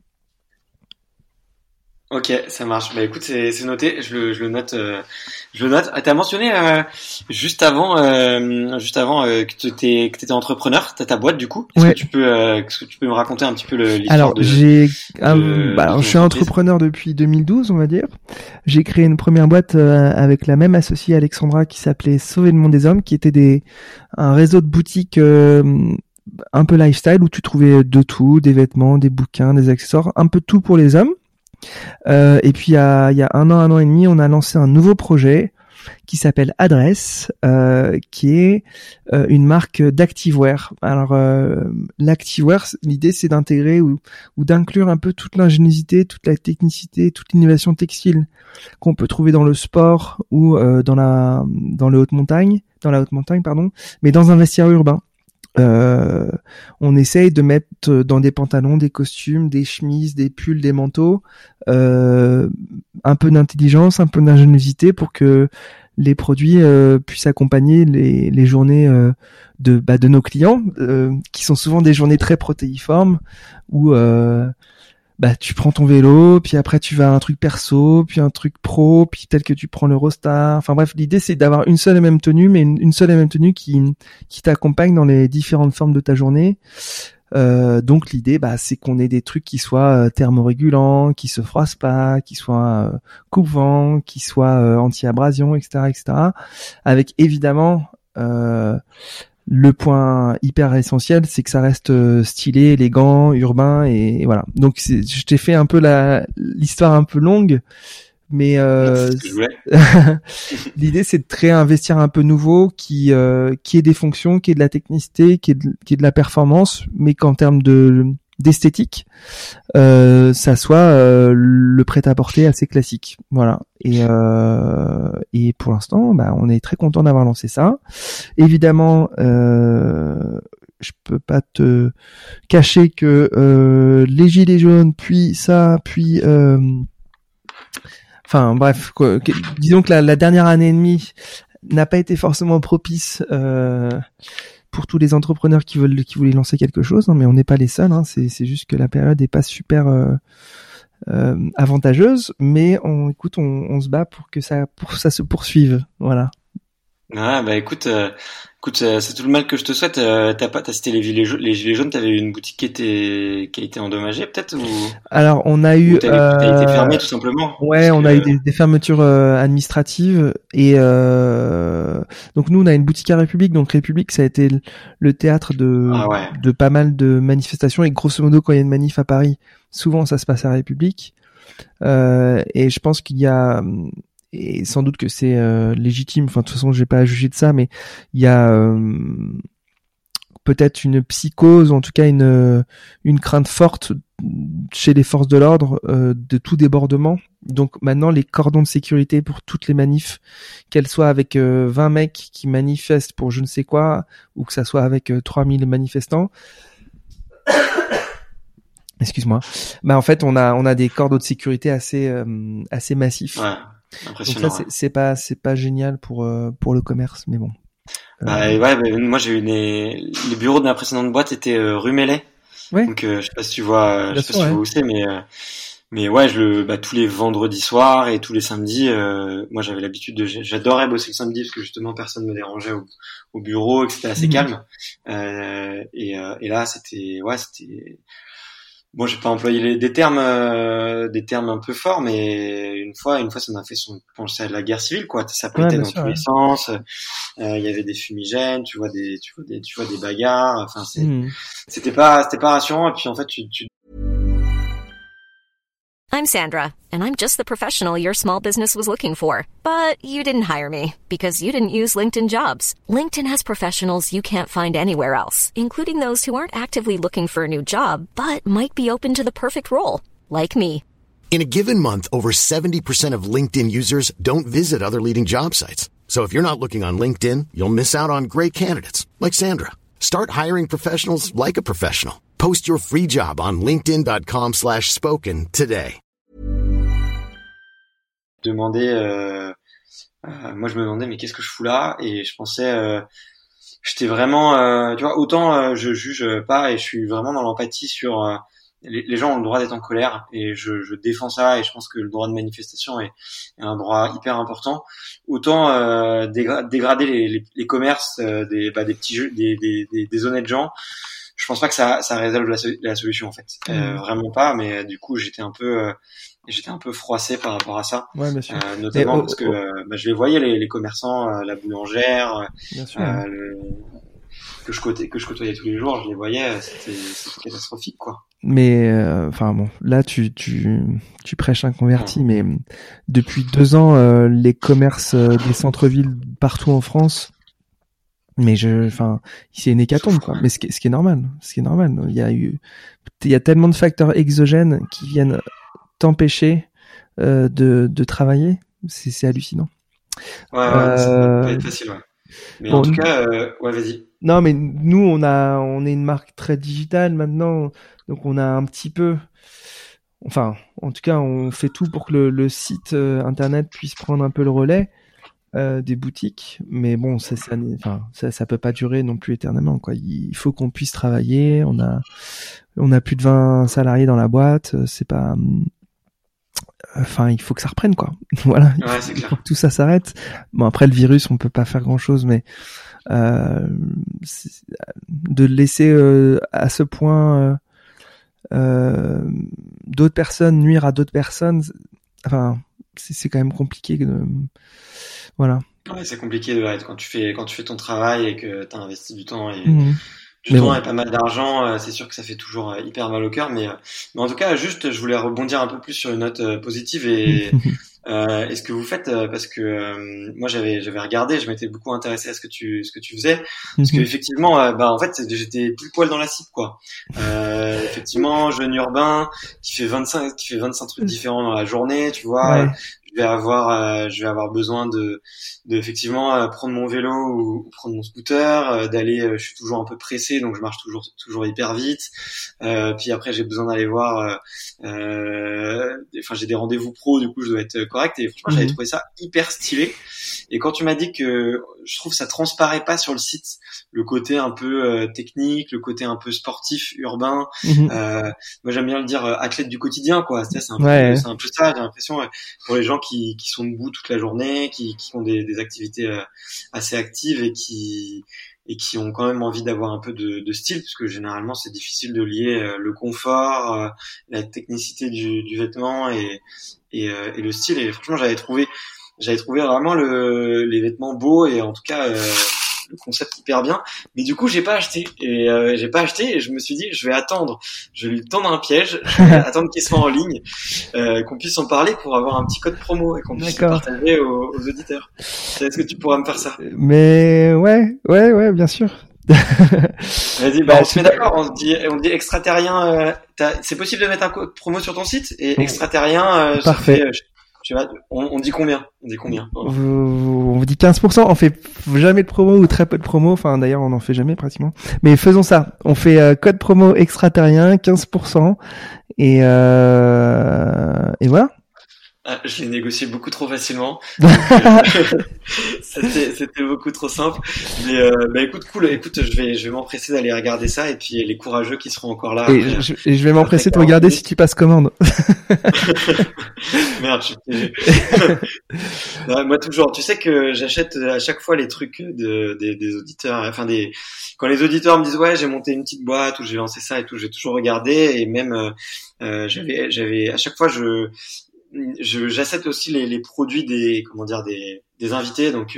Ok, ça marche. Bah écoute, c'est noté. Je le note. Je le note. Ah, t'as mentionné juste avant que t'étais entrepreneur. T'as ta boîte du coup. Est-ce que tu peux me raconter un petit peu l'histoire Alors de je suis entrepreneur depuis 2012, on va dire. J'ai créé une première boîte avec la même associée Alexandra qui s'appelait Sauver le monde des hommes, qui était un réseau de boutiques un peu lifestyle où tu trouvais de tout, des vêtements, des bouquins, des accessoires, un peu tout pour les hommes. Et puis il y a un an et demi, on a lancé un nouveau projet qui s'appelle Adresse, qui est une marque d'activewear. Alors l'activewear, l'idée c'est d'intégrer ou d'inclure un peu toute l'ingéniosité, toute la technicité, toute l'innovation textile qu'on peut trouver dans le sport ou dans la haute montagne, pardon, mais dans un vestiaire urbain. On essaye de mettre dans des pantalons, des costumes, des chemises, des pulls, des manteaux, un peu d'intelligence, un peu d'ingéniosité pour que les produits puissent accompagner les journées de nos clients, qui sont souvent des journées très protéiformes où tu prends ton vélo, puis après tu vas à un truc perso, puis un truc pro, puis tel que tu prends l'Eurostar. Enfin bref, l'idée c'est d'avoir une seule et même tenue, mais une seule et même tenue qui t'accompagne dans les différentes formes de ta journée. Donc l'idée, c'est qu'on ait des trucs qui soient thermorégulants, qui se froissent pas, qui soient coupe-vent, qui soient anti-abrasion, etc., etc. Avec évidemment le point hyper essentiel, c'est que ça reste stylé, élégant, urbain et voilà. Donc je t'ai fait un peu l'histoire un peu longue, mais l'idée c'est de créer un vestiaire un peu nouveau qui ait des fonctions, qui ait de la technicité, qui ait de la performance, mais qu'en termes d'esthétique, ça soit le prêt-à-porter assez classique. Voilà. Et pour l'instant, on est très content d'avoir lancé ça. Évidemment, je peux pas te cacher que les gilets jaunes, puis ça, puis enfin bref, disons que la dernière année et demie n'a pas été forcément propice pour tous les entrepreneurs qui voulaient lancer quelque chose, hein, mais on n'est pas les seuls. Hein, c'est juste que la période n'est pas super avantageuse, mais on se bat pour que ça se poursuive. Voilà. Ouais, écoute, c'est tout le mal que je te souhaite. T'as cité les gilets jaunes. T'avais eu une boutique qui a été endommagée, peut-être, ou alors on a eu t'as été fermé tout simplement. Ouais, on a eu des fermetures administratives et donc nous on a une boutique à République, donc République ça a été le théâtre de pas mal de manifestations et grosso modo quand il y a une manif à Paris, souvent ça se passe à République et je pense qu'il y a et sans doute que c'est légitime, enfin de toute façon j'ai pas à juger de ça, mais il y a peut-être une psychose, ou en tout cas une crainte forte chez les forces de l'ordre de tout débordement. Donc maintenant les cordons de sécurité pour toutes les manifs, qu'elles soient avec 20 mecs qui manifestent pour je ne sais quoi, ou que ça soit avec 3000 manifestants, excuse-moi, en fait on a des cordons de sécurité assez massifs. Ouais. Impressionnant. Donc ça, c'est pas génial pour le commerce, mais bon. Moi j'ai eu les bureaux de ma précédente boîte étaient rue Mellet. Ouais. Donc je sais pas si tu vois, je sais pas si tu vois où c'est, mais ouais, tous les vendredis soirs et tous les samedis, moi j'avais l'habitude j'adorais bosser le samedi parce que justement personne me dérangeait au bureau et que c'était assez calme. Et là c'était bon, j'ai pas employé des termes un peu forts, mais une fois, ça m'a fait penser à de la guerre civile, quoi. Ça pétait dans tous les sens. Il y avait des fumigènes, tu vois des bagarres. Enfin, c'était pas rassurant. Et puis en fait, I'm Sandra, and I'm just the professional your small business was looking for. But you didn't hire me because you didn't use LinkedIn Jobs. LinkedIn has professionals you can't find anywhere else, including those who aren't actively looking for a new job, but might be open to the perfect role, like me. In a given month, over 70% of LinkedIn users don't visit other leading job sites. So if you're not looking on LinkedIn, you'll miss out on great candidates, like Sandra. Start hiring professionals like a professional. Post your free job on linkedin.com/spoken today. Moi je me demandais mais qu'est-ce que je fous là, et je pensais j'étais vraiment tu vois, autant je juge pas et je suis vraiment dans l'empathie sur les gens ont le droit d'être en colère, et je défends ça, et je pense que le droit de manifestation est un droit hyper important. Autant dégrader les commerces des petits jeux, des honnêtes gens, je pense pas que ça résolve la solution en fait. Vraiment pas, mais du coup j'étais un peu froissé par rapport à ça. Ouais, bien sûr. Notamment parce que je les voyais, les commerçants, la boulangère, que je côtoyais tous les jours, je les voyais, c'était catastrophique, quoi. Mais enfin bon, là tu prêches un converti, mais depuis 2 ans, les commerces des centres-villes partout en France, mais c'est une hécatombe, quoi. Mais ce qui est normal, il y a tellement de facteurs exogènes qui viennent t'empêcher de travailler, c'est hallucinant. Ouais, ça va pas être facile, ouais. Mais bon, en tout cas, ouais, vas-y. Non, mais nous, on est une marque très digitale maintenant, donc on a un petit peu, enfin, en tout cas, on fait tout pour que le site internet puisse prendre un peu le relais des boutiques, mais bon, ça peut pas durer non plus éternellement, quoi. Il faut qu'on puisse travailler. On a plus de 20 salariés dans la boîte. C'est pas, enfin, il faut que ça reprenne, quoi. Voilà. Ouais, c'est clair. Faut que tout ça s'arrête. Bon, après le virus, on peut pas faire grand chose, mais de laisser à ce point d'autres personnes nuire à d'autres personnes, enfin, c'est quand même compliqué. Voilà. Ouais, c'est compliqué quand tu fais ton travail et que t'as investi du temps et et pas mal d'argent, c'est sûr que ça fait toujours hyper mal au cœur, mais en tout cas, juste, je voulais rebondir un peu plus sur une note positive et ce que vous faites, parce que moi j'avais regardé, je m'étais beaucoup intéressé à ce que tu faisais, parce que effectivement, en fait j'étais pile poil dans la cible, quoi. Effectivement, jeune urbain qui fait 25 trucs différents dans la journée, tu vois. Ouais. Je vais avoir besoin de effectivement prendre mon vélo ou prendre mon scooter, d'aller, je suis toujours un peu pressé, donc je marche toujours hyper vite. Puis après j'ai besoin d'aller voir, j'ai des rendez-vous pro, du coup je dois être correct, et franchement j'avais trouvé ça hyper stylé. Et quand tu m'as dit que je trouve ça transparaît pas sur le site, le côté un peu technique, le côté un peu sportif, urbain, moi j'aime bien le dire athlète du quotidien, quoi. C'est un peu ça, j'ai l'impression, pour les gens qui sont debout toute la journée, qui ont des activités assez actives et qui ont quand même envie d'avoir un peu de style, parce que généralement c'est difficile de lier le confort, la technicité du vêtement et le style. Et franchement j'avais trouvé vraiment les vêtements beaux, et en tout cas le concept hyper bien, mais du coup j'ai pas acheté, et je me suis dit je vais lui tendre un piège, je vais attendre qu'il soit en ligne, qu'on puisse en parler pour avoir un petit code promo et qu'on puisse le partager aux auditeurs. Est-ce que tu pourras me faire ça? Mais ouais, bien sûr. Vas-y, on se met d'accord, on dit extraterrien, c'est possible de mettre un code promo sur ton site, et extraterien, parfait. On dit combien? On vous dit 15%. On fait jamais de promo ou très peu de promo. Enfin, d'ailleurs, on n'en fait jamais pratiquement. Mais faisons ça. On fait code promo extraterrien, 15%. Et voilà. Je l'ai négocié beaucoup trop facilement. C'était beaucoup trop simple. Mais bah écoute, cool. Écoute, je vais m'empresser d'aller regarder ça et puis les courageux qui seront encore là. Et je vais m'empresser de regarder si tu passes commande. Merde, non, moi toujours. Tu sais que j'achète à chaque fois les trucs des auditeurs. Enfin quand les auditeurs me disent ouais j'ai monté une petite boîte ou j'ai lancé ça et tout, j'ai toujours regardé et même j'avais à chaque fois j'accepte aussi les produits des invités. Donc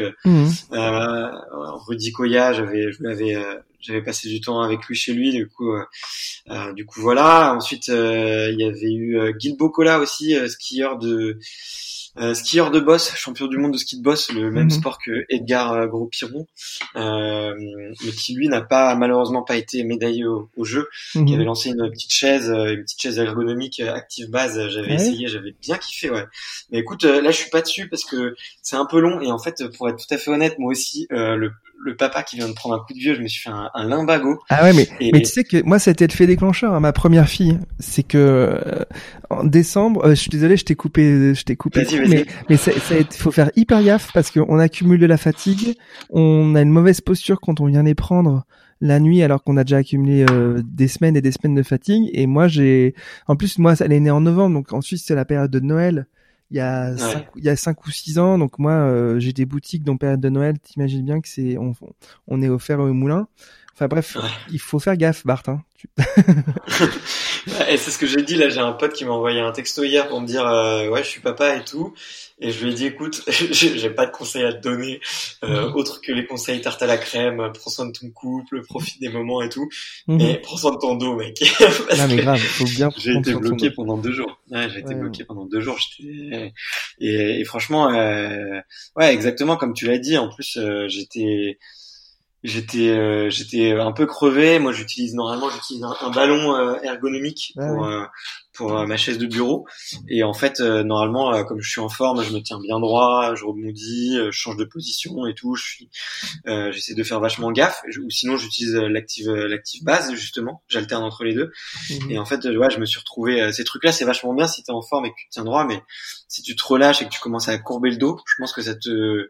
Rudy Koya, j'avais passé du temps avec lui chez lui, du coup voilà. Ensuite il y avait eu Gil Bocola aussi, skieur de boss, champion du monde de ski de boss, le même sport que Edgar Gros-Piron, mais qui lui n'a malheureusement pas été médaillé au jeu, qui avait lancé une petite chaise ergonomique Active Base. J'avais essayé, j'avais bien kiffé, ouais. Mais écoute, là je suis pas dessus parce que c'est un peu long et en fait, pour être tout à fait honnête, moi aussi, le papa qui vient de prendre un coup de vieux, je me suis fait un lumbago. Ah ouais, mais tu sais que moi, ça a été le fait déclencheur, hein, ma première fille. C'est que en décembre, je suis désolé, je t'ai coupé. Vas-y. Mais faut faire hyper gaffe parce qu'on accumule de la fatigue, on a une mauvaise posture quand on vient les prendre la nuit alors qu'on a déjà accumulé des semaines et des semaines de fatigue. Et moi, en plus, moi, elle est née en novembre, donc ensuite c'est la période de Noël. Il y a 5 ou 6 ans, donc moi j'ai des boutiques dans période de Noël, t'imagines bien que on est offert au moulin. Enfin bref, il faut faire gaffe, Bart, hein. Et c'est ce que j'ai dit là, j'ai un pote qui m'a envoyé un texto hier pour me dire ouais, je suis papa et tout. Et je lui ai dit écoute, j'ai pas de conseils à te donner autre que les conseils tarte à la crème, prends soin de ton couple, profite des moments et tout. Mais prends soin de ton dos, mec. Non mais grave, faut bien. J'ai été bloqué pendant 2 jours. Ouais, j'ai été bloqué pendant 2 jours. Et franchement, ouais, exactement comme tu l'as dit. En plus, j'étais un peu crevé. Moi, j'utilise un ballon ergonomique pour ma chaise de bureau. Et en fait, normalement, comme je suis en forme, je me tiens bien droit, je rebondis, je change de position et tout. J'essaie de faire vachement gaffe. Ou sinon, j'utilise l'active base justement. J'alterne entre les deux. Et en fait, ouais, je me suis retrouvé. Ces trucs-là, c'est vachement bien si t'es en forme et que tu te tiens droit, mais si tu te relâches et que tu commences à courber le dos, je pense que ça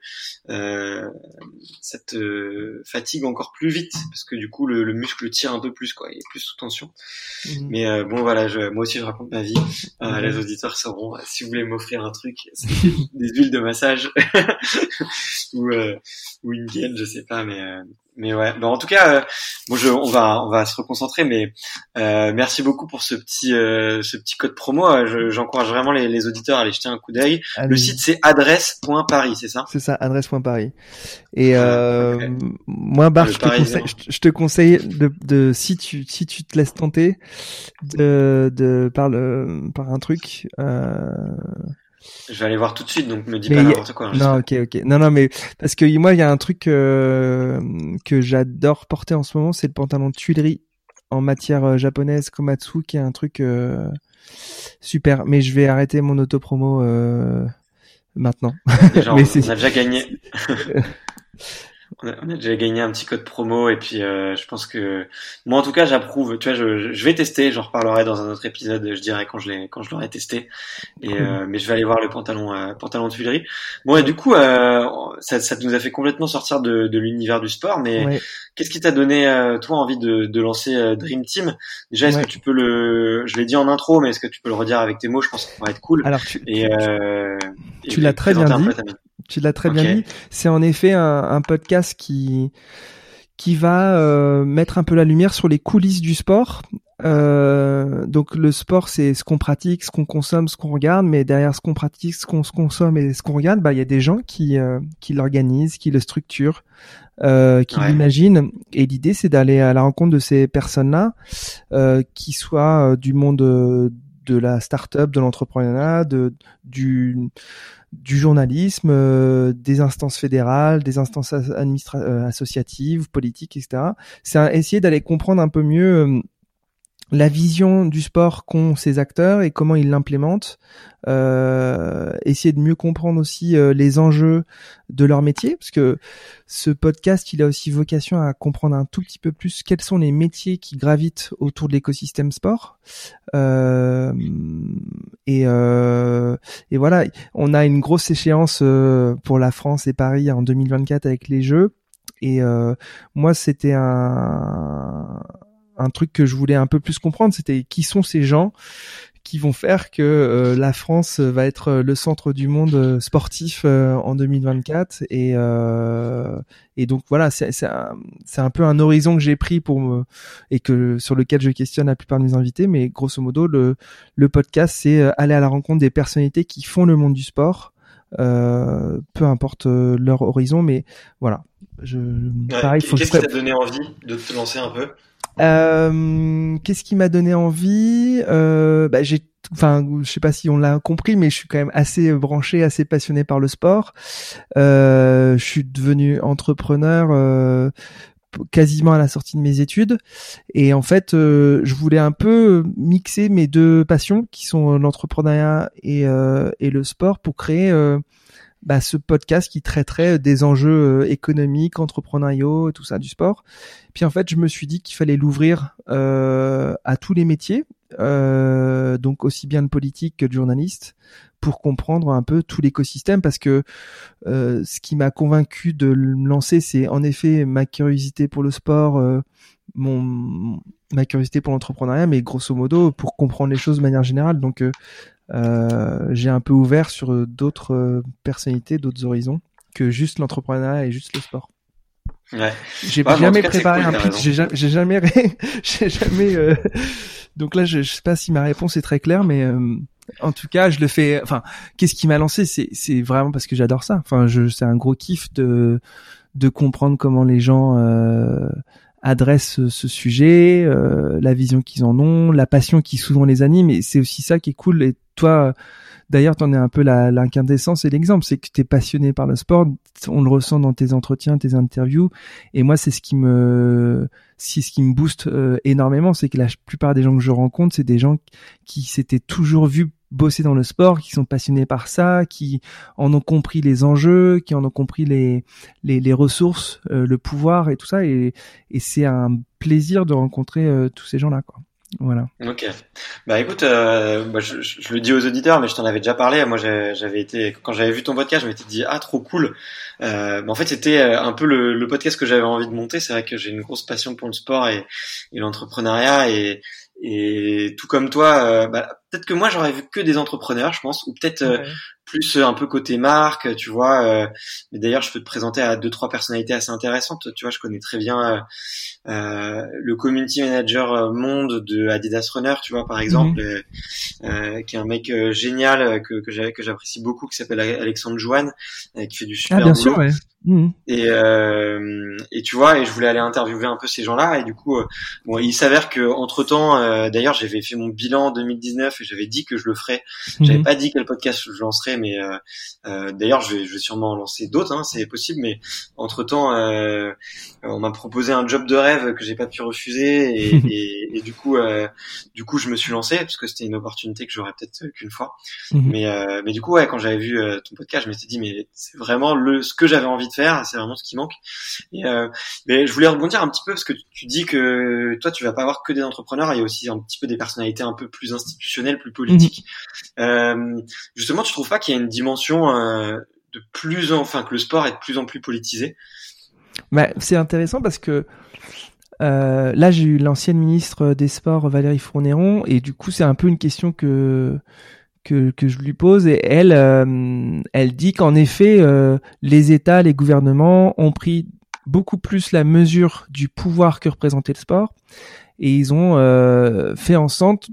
te fatigue encore plus vite parce que du coup le muscle tire un peu plus, quoi, il est plus sous tension. Mais bon voilà, moi aussi je raconte ma vie. Les auditeurs sauront si vous voulez m'offrir un truc, c'est des huiles de massage ou une gaine, je sais pas, mais ouais. Bon, en tout cas, on va se reconcentrer, mais merci beaucoup pour ce petit code promo. J'encourage vraiment les auditeurs à aller jeter un coup d'œil. Le site c'est adresse.paris, c'est ça? C'est ça, adresse.paris. Et moi, Bart, je te conseille de si tu te laisses tenter par un truc. Je vais aller voir tout de suite, donc me dis pas n'importe quoi. Non, ok. Non, mais parce que moi, il y a un truc que j'adore porter en ce moment, c'est le pantalon de Tuileries en matière japonaise Komatsu, qui est un truc super. Mais je vais arrêter mon autopromo maintenant. Genre, mais on a déjà gagné. On a déjà gagné un petit code promo et puis je pense que moi en tout cas j'approuve. Tu vois, je vais tester, j'en reparlerai dans un autre épisode, je dirais quand je l'aurai testé. Et mais je vais aller voir le pantalon de Tuileries. Bon, et du coup ça nous a fait complètement sortir de l'univers du sport, mais qu'est-ce qui t'a donné toi envie de lancer Dream Team? Déjà, est-ce que tu peux je l'ai dit en intro, mais est-ce que tu peux le redire avec tes mots? Je pense que ça pourrait être cool. Alors tu l'as très bien dit. Tu l'as très bien dit. C'est en effet un podcast qui va mettre un peu la lumière sur les coulisses du sport. Donc le sport, c'est ce qu'on pratique, ce qu'on consomme, ce qu'on regarde, mais derrière ce qu'on pratique, ce qu'on consomme et ce qu'on regarde, il y a des gens qui l'organisent, qui le structurent, qui l'imaginent. Et l'idée, c'est d'aller à la rencontre de ces personnes-là, qui soient du monde de la start-up, de l'entrepreneuriat, du journalisme, des instances fédérales, des instances associatives, politiques, etc. C'est essayer d'aller comprendre un peu mieux la vision du sport qu'ont ces acteurs et comment ils l'implémentent, essayer de mieux comprendre aussi les enjeux de leur métier, parce que ce podcast, il a aussi vocation à comprendre un tout petit peu plus quels sont les métiers qui gravitent autour de l'écosystème sport. Et voilà, on a une grosse échéance pour la France et Paris en 2024 avec les Jeux. Et moi, c'était un truc que je voulais un peu plus comprendre, c'était qui sont ces gens qui vont faire que la France va être le centre du monde sportif en 2024 et donc voilà, c'est un peu un horizon que j'ai pris et que sur lequel je questionne la plupart de mes invités, mais grosso modo le podcast, c'est aller à la rencontre des personnalités qui font le monde du sport, peu importe leur horizon, mais voilà. Qu'est-ce qui t'a donné envie de te lancer un peu? Qu'est-ce qui m'a donné envie? Je sais pas si on l'a compris, mais je suis quand même assez branché, assez passionné par le sport. Je suis devenu entrepreneur quasiment à la sortie de mes études, et en fait, je voulais un peu mixer mes deux passions, qui sont l'entrepreneuriat et le sport, pour créer ce podcast qui traiterait des enjeux économiques, entrepreneuriaux et tout ça du sport. Puis en fait, je me suis dit qu'il fallait l'ouvrir à tous les métiers, donc aussi bien le politique que le journaliste, pour comprendre un peu tout l'écosystème, parce que ce qui m'a convaincu de me lancer, c'est en effet ma curiosité pour le sport, ma curiosité pour l'entrepreneuriat, mais grosso modo pour comprendre les choses de manière générale. Donc j'ai un peu ouvert sur d'autres personnalités, d'autres horizons que juste l'entrepreneuriat et juste le sport. Ouais. J'ai jamais préparé un pitch, j'ai jamais donc là je sais pas si ma réponse est très claire, mais en tout cas je le fais. Enfin, qu'est-ce qui m'a lancé, c'est vraiment parce que j'adore ça. Enfin, c'est un gros kiff de comprendre comment les gens adressent ce sujet, la vision qu'ils en ont, la passion qui souvent les anime, et c'est aussi ça qui est cool. Et toi, d'ailleurs, t'en es un peu l'incandescence et l'exemple, c'est que t'es passionné par le sport, on le ressent dans tes entretiens, tes interviews, et moi c'est ce qui me booste énormément, c'est que la plupart des gens que je rencontre, c'est des gens qui s'étaient toujours vus bosser dans le sport, qui sont passionnés par ça, qui en ont compris les enjeux, qui en ont compris les ressources, le pouvoir et tout ça, et c'est un plaisir de rencontrer tous ces gens-là, quoi. Voilà. Ok. Bah écoute, je le dis aux auditeurs, mais je t'en avais déjà parlé. Moi, quand j'avais vu ton podcast, je m'étais dit trop cool. En fait, c'était un peu le podcast que j'avais envie de monter. C'est vrai que j'ai une grosse passion pour le sport et l'entrepreneuriat, et tout comme toi, peut-être que moi j'aurais vu que des entrepreneurs, je pense, ou peut-être plus un peu côté marque, tu vois. Mais d'ailleurs, je peux te présenter à 2-3 personnalités assez intéressantes. Tu vois, je connais très bien le community manager monde de Adidas Runner, tu vois, par exemple, qui est un mec génial que j'apprécie beaucoup, qui s'appelle Alexandre Joanne, qui fait du super boulot. Sûr, ouais. Et tu vois, et je voulais aller interviewer un peu ces gens-là, et du coup, il s'avère que entre-temps, d'ailleurs, j'avais fait mon bilan en 2019 et j'avais dit que je le ferais. J'avais pas dit quel podcast je lancerais, mais d'ailleurs, je vais sûrement en lancer d'autres, hein, c'est possible. Mais entre-temps, on m'a proposé un job de rêve que j'ai pas pu refuser, et du coup, je me suis lancé parce que c'était une opportunité que j'aurais peut-être qu'une fois. Mais du coup, quand j'avais vu ton podcast, je m'étais dit, mais c'est vraiment ce que j'avais envie de faire, c'est vraiment ce qui manque. Mais je voulais rebondir un petit peu parce que tu dis que toi tu vas pas avoir que des entrepreneurs, il y a aussi un petit peu des personnalités un peu plus institutionnelles, plus politiques. Justement, tu trouves pas qu'il y a une dimension que le sport est de plus en plus politisé? C'est intéressant parce que là j'ai eu l'ancienne ministre des Sports Valérie Fourniron, et du coup c'est un peu une question que je lui pose, et elle dit qu'en effet les États, les gouvernements ont pris beaucoup plus la mesure du pouvoir que représentait le sport, et ils ont fait en sorte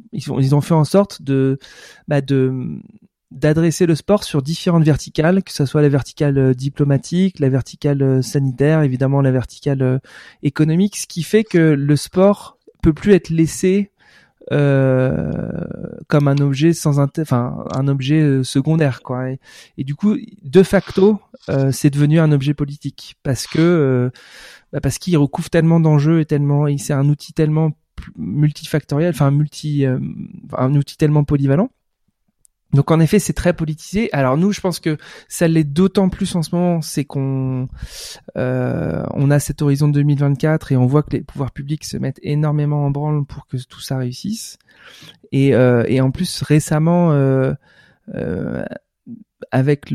d'adresser le sport sur différentes verticales, que ce soit la verticale diplomatique, la verticale sanitaire, évidemment la verticale économique, ce qui fait que le sport peut plus être laissé comme un objet un objet secondaire, quoi. Et du coup, de facto, c'est devenu un objet politique parce qu'il recouvre tellement d'enjeux, et c'est un outil tellement multifactoriel, enfin un outil tellement polyvalent. Donc en effet, c'est très politisé. Alors nous, je pense que ça l'est d'autant plus en ce moment, c'est qu'on on a cet horizon de 2024 et on voit que les pouvoirs publics se mettent énormément en branle pour que tout ça réussisse. Et en plus récemment, avec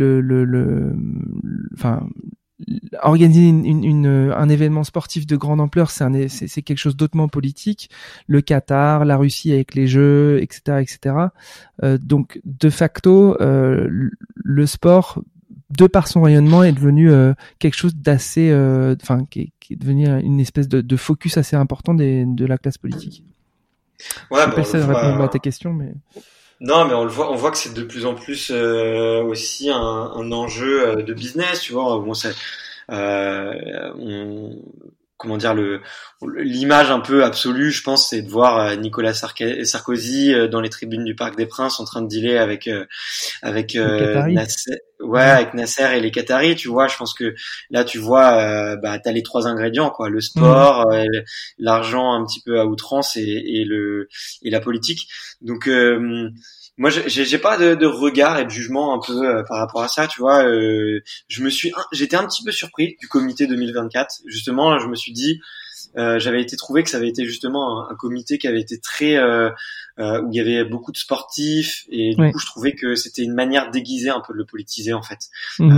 organiser un événement sportif de grande ampleur, c'est quelque chose d'autrement politique. Le Qatar, la Russie avec les Jeux, etc., etc. Donc de facto, le sport, de par son rayonnement, est devenu quelque chose d'assez, qui est devenu une espèce de focus assez important de la classe politique. Ouais, je sais pas si ça répond à ta question, mais. Non, mais on voit que c'est de plus en plus aussi un enjeu de business, tu vois. Bon, comment dire, l'image un peu absolue, je pense, c'est de voir Nicolas Sarkozy dans les tribunes du Parc des Princes en train de dealer avec Nasser, avec Nasser et les Qataris, tu vois. Je pense que là, tu vois, t'as les trois ingrédients, quoi: le sport, l'argent un petit peu à outrance et la politique. Donc moi, j'ai pas de regard et de jugement un peu par rapport à ça, tu vois. J'étais un petit peu surpris du comité 2024. Justement, je me suis dit, j'avais été trouvé que ça avait été justement un comité qui avait été très où il y avait beaucoup de sportifs et du coup, je trouvais que c'était une manière déguisée un peu de le politiser en fait.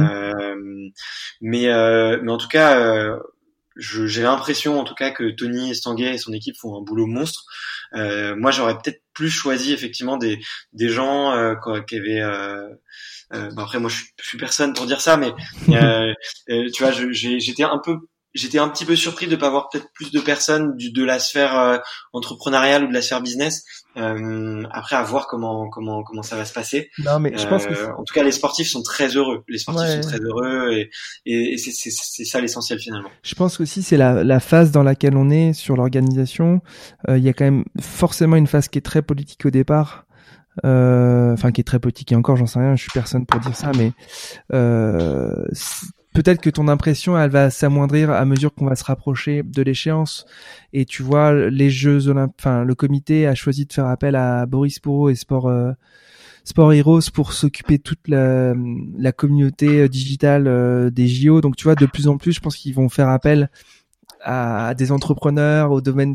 Mais en tout cas. J'ai l'impression en tout cas que Tony Estanguet et son équipe font un boulot monstre. Moi, j'aurais peut-être plus choisi effectivement des gens qui avaient après moi je suis personne pour dire ça, mais tu vois, j'étais un petit peu surpris de pas voir peut-être plus de personnes de la sphère entrepreneuriale ou de la sphère business. Après, à voir comment ça va se passer. Non, mais je pense que en tout cas, les sportifs sont très heureux. Les sportifs sont très heureux et c'est ça l'essentiel finalement. Je pense aussi c'est la phase dans laquelle on est sur l'organisation. Il y a quand même forcément une phase qui est très politique au départ. Qui est très politique et encore, j'en sais rien, je suis personne pour dire ça, mais peut-être que ton impression, elle va s'amoindrir à mesure qu'on va se rapprocher de l'échéance. Et tu vois, les Jeux Olympiques, le comité a choisi de faire appel à Boris Pourreau et Sport Heroes pour s'occuper de toute la communauté digitale des JO. Donc tu vois, de plus en plus, je pense qu'ils vont faire appel à des entrepreneurs au domaine,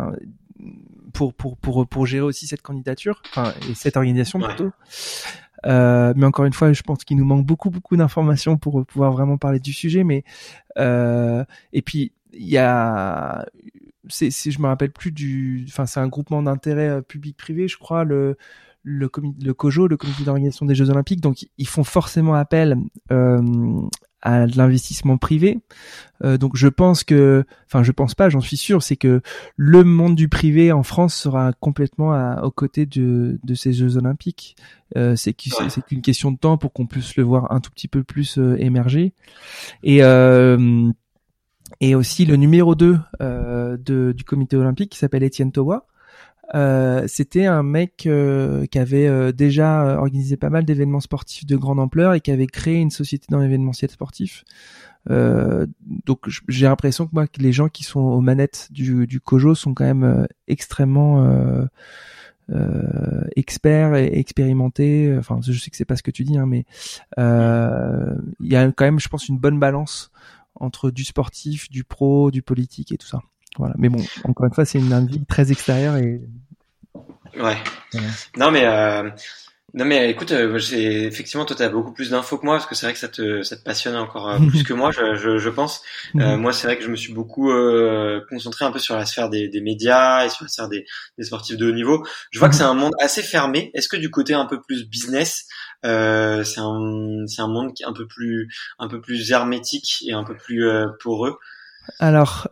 pour gérer aussi cette candidature, et cette organisation plutôt. Mais encore une fois, je pense qu'il nous manque beaucoup d'informations pour pouvoir vraiment parler du sujet. Mais et puis il y a, je me rappelle plus c'est un groupement d'intérêt public-privé, je crois, le COJO, le comité d'organisation des Jeux Olympiques. Donc ils font forcément appel à de l'investissement privé. Donc je pense pas, j'en suis sûr, c'est que le monde du privé en France sera complètement aux côtés de ces Jeux Olympiques. C'est qu'une question de temps pour qu'on puisse le voir un tout petit peu plus émerger. Et aussi le numéro 2 du comité olympique, qui s'appelle Étienne Thobois. C'était un mec qui avait déjà organisé pas mal d'événements sportifs de grande ampleur et qui avait créé une société dans l'événementiel sportif. Donc j'ai l'impression que que les gens qui sont aux manettes du COJO sont quand même extrêmement experts et expérimentés. Enfin, je sais que c'est pas ce que tu dis, hein, mais il y a quand même, je pense, une bonne balance entre du sportif, du pro, du politique et tout ça. Voilà. Mais bon, encore une fois, c'est une vie très extérieure et. Ouais. Non mais écoute, effectivement, toi t'as beaucoup plus d'infos que moi parce que c'est vrai que ça te passionne encore plus que moi, je pense. Moi, c'est vrai que je me suis beaucoup concentré un peu sur la sphère des médias et sur la sphère des sportifs de haut niveau. Je vois que c'est un monde assez fermé. Est-ce que du côté un peu plus business, c'est un monde qui est un peu plus hermétique et un peu plus poreux? Alors,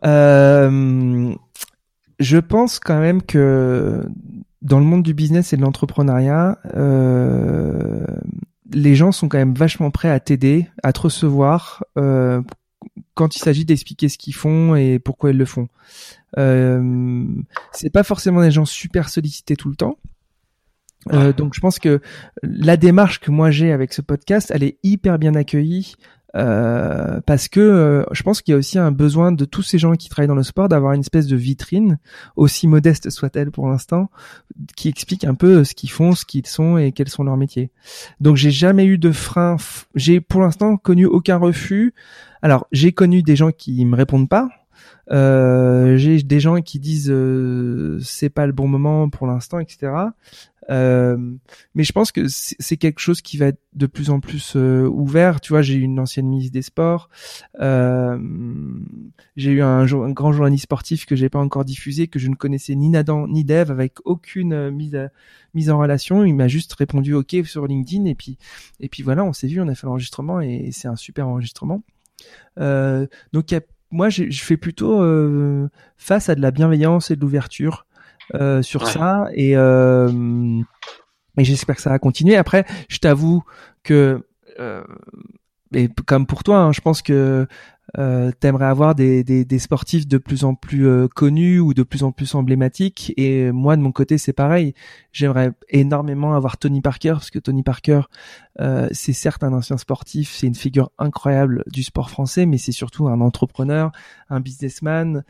je pense quand même que dans le monde du business et de l'entrepreneuriat, les gens sont quand même vachement prêts à t'aider, à te recevoir quand il s'agit d'expliquer ce qu'ils font et pourquoi ils le font. C'est pas forcément des gens super sollicités tout le temps. Donc je pense que la démarche que moi j'ai avec ce podcast, elle est hyper bien accueillie Parce que je pense qu'il y a aussi un besoin de tous ces gens qui travaillent dans le sport d'avoir une espèce de vitrine, aussi modeste soit-elle pour l'instant, qui explique un peu ce qu'ils font, ce qu'ils sont et quels sont leurs métiers. Donc j'ai jamais eu de frein, j'ai pour l'instant connu aucun refus. Alors j'ai connu des gens qui me répondent pas. J'ai des gens qui disent c'est pas le bon moment pour l'instant, etc. Mais je pense que c'est quelque chose qui va être de plus en plus ouvert. Tu vois, j'ai eu une ancienne ministre des Sports, j'ai eu un grand journaliste sportif que j'ai pas encore diffusé, que je ne connaissais ni Nadan ni Dev, avec aucune mise en relation. Il m'a juste répondu OK sur LinkedIn et puis voilà, on s'est vu, on a fait l'enregistrement et c'est un super enregistrement. Donc moi je fais plutôt face à de la bienveillance et de l'ouverture sur ça et j'espère que ça va continuer. Après, je t'avoue que et comme pour toi, hein, je pense que t'aimerais avoir des sportifs de plus en plus connus ou de plus en plus emblématiques, et moi de mon côté c'est pareil. J'aimerais énormément avoir Tony Parker, parce que Tony Parker c'est certes un ancien sportif, c'est une figure incroyable du sport français, mais c'est surtout un entrepreneur, un businessman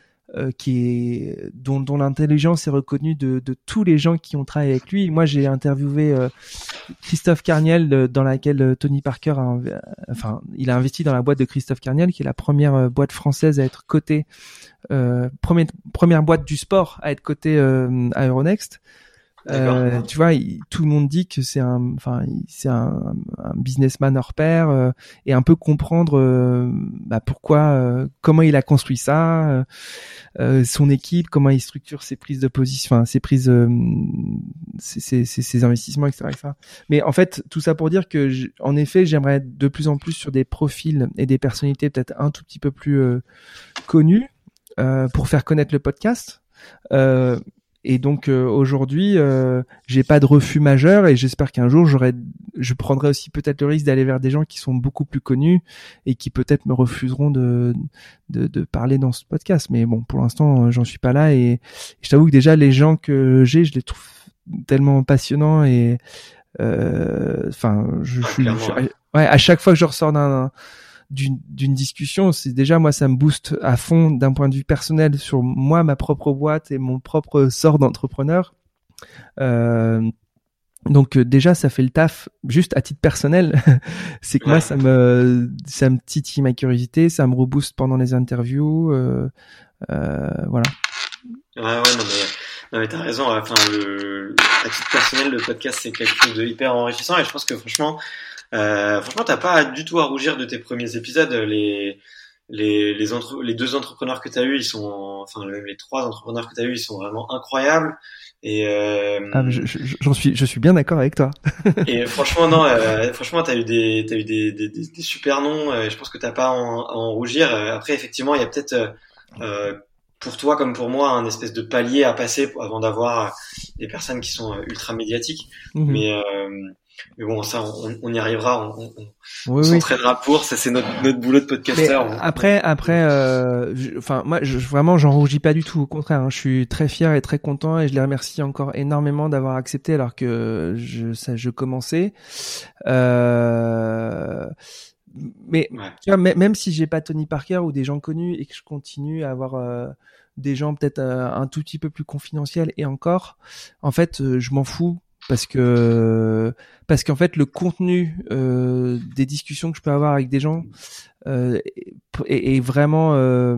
dont l'intelligence est reconnue de tous les gens qui ont travaillé avec lui. Moi, j'ai interviewé Christophe Carniel, dans laquelle Tony Parker il a investi dans la boîte de Christophe Carniel, qui est la première boîte française à être cotée, première boîte du sport à être cotée à Euronext. Tu vois, tout le monde dit que c'est un businessman hors pair, et un peu comprendre pourquoi, comment il a construit ça, son équipe, comment il structure ses prises de position, ses investissements, etc., etc. Mais en fait, tout ça pour dire que, en effet, j'aimerais de plus en plus sur des profils et des personnalités peut-être un tout petit peu plus connues, pour faire connaître le podcast. Et donc aujourd'hui, j'ai pas de refus majeur, et j'espère qu'un jour je prendrai aussi peut-être le risque d'aller vers des gens qui sont beaucoup plus connus et qui peut-être me refuseront de parler dans ce podcast. Mais bon, pour l'instant, j'en suis pas là, et je t'avoue que déjà les gens que je les trouve tellement passionnants, et à chaque fois que je ressors d'une discussion, c'est déjà, moi, ça me booste à fond d'un point de vue personnel sur moi, ma propre boîte et mon propre sort d'entrepreneur. Donc déjà, ça fait le taf juste à titre personnel. C'est que moi, ça me titille ma curiosité, ça me rebooste pendant les interviews, voilà. Non mais t'as raison. Enfin, à titre personnel, le podcast, c'est quelque chose de hyper enrichissant, et je pense que franchement, t'as pas du tout à rougir de tes premiers épisodes. Les deux entrepreneurs que t'as eu, les trois entrepreneurs que t'as eu, ils sont vraiment incroyables. Et je suis bien d'accord avec toi. Et franchement, t'as eu des super noms. Je pense que t'as pas à en rougir. Après, effectivement, il y a peut-être pour toi comme pour moi un espèce de palier à passer avant d'avoir des personnes qui sont ultra médiatiques. Mm-hmm. Mais bon, ça, on y arrivera, on s'entraînera pour, ça, c'est notre boulot de podcasteur. Après, moi, vraiment, j'en rougis pas du tout. Au contraire, hein, je suis très fier et très content, et je les remercie encore énormément d'avoir accepté alors que je commençais. Mais tu vois, même si j'ai pas Tony Parker ou des gens connus, et que je continue à avoir des gens peut-être un tout petit peu plus confidentiels, et encore, en fait, je m'en fous. Parce qu'en fait, le contenu des discussions que je peux avoir avec des gens est vraiment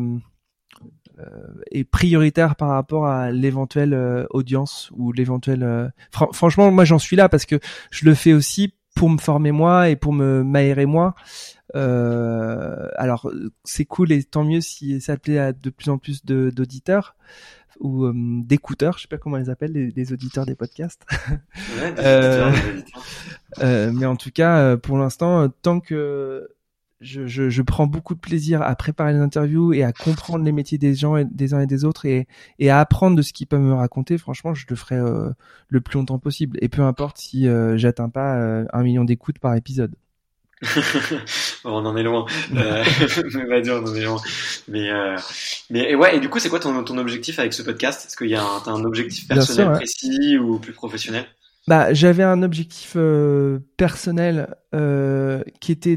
est prioritaire par rapport à l'éventuelle audience ou l'éventuelle. Franchement, moi, j'en suis là parce que je le fais aussi pour me former moi et pour m'aérer moi. Alors, c'est cool, et tant mieux si ça plaît à de plus en plus d'auditeurs ou d'écouteurs, je sais pas comment on les appelle, les auditeurs des podcasts. Ouais, des auditeurs. Mais en tout cas, pour l'instant, tant que je prends beaucoup de plaisir à préparer les interviews et à comprendre les métiers des gens, des uns et des autres, et à apprendre de ce qu'ils peuvent me raconter, franchement, je le ferai le plus longtemps possible. Et peu importe si j'atteins pas 1 million d'écoutes par épisode. On en est loin. On en est loin. Mais ouais, et du coup, c'est quoi ton objectif avec ce podcast? Est-ce qu'il y a t'as un objectif personnel précis ou plus professionnel? Bah, j'avais un objectif personnel qui était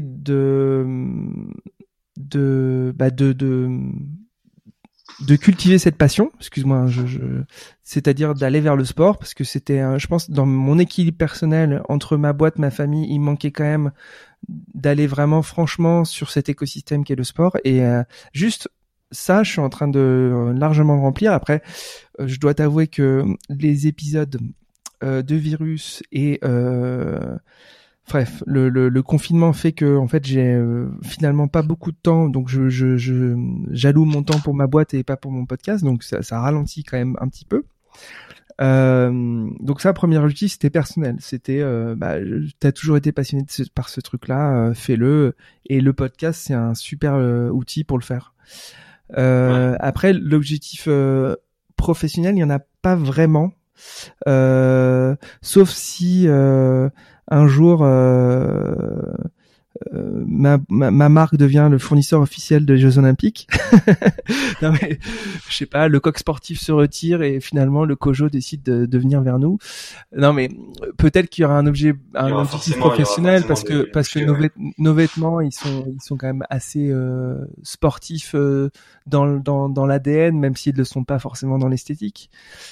de cultiver cette passion, excuse-moi, c'est-à-dire d'aller vers le sport, parce que c'était, je pense, dans mon équilibre personnel entre ma boîte, ma famille, il manquait quand même d'aller vraiment franchement sur cet écosystème qu'est le sport, et juste ça, je suis en train de largement remplir. Après, je dois t'avouer que les épisodes de virus et bref, le confinement fait que en fait j'ai finalement pas beaucoup de temps, donc j'alloue mon temps pour ma boîte et pas pour mon podcast, donc ça ralentit quand même un petit peu. Donc ça, premier objectif, c'était personnel, c'était t'as toujours été passionné par ce truc-là, fais-le, et le podcast c'est un super outil pour le faire. Après, l'objectif professionnel, il y en a pas vraiment. Sauf si un jour ma marque devient le fournisseur officiel des Jeux Olympiques. Non mais je sais pas, le coq sportif se retire et finalement le Kojo décide de venir vers nous. Non mais peut-être qu'il y aura un objectif professionnel parce que nos vêtements ils sont quand même assez sportifs dans l'ADN, même s'ils ne le sont pas forcément dans l'esthétique.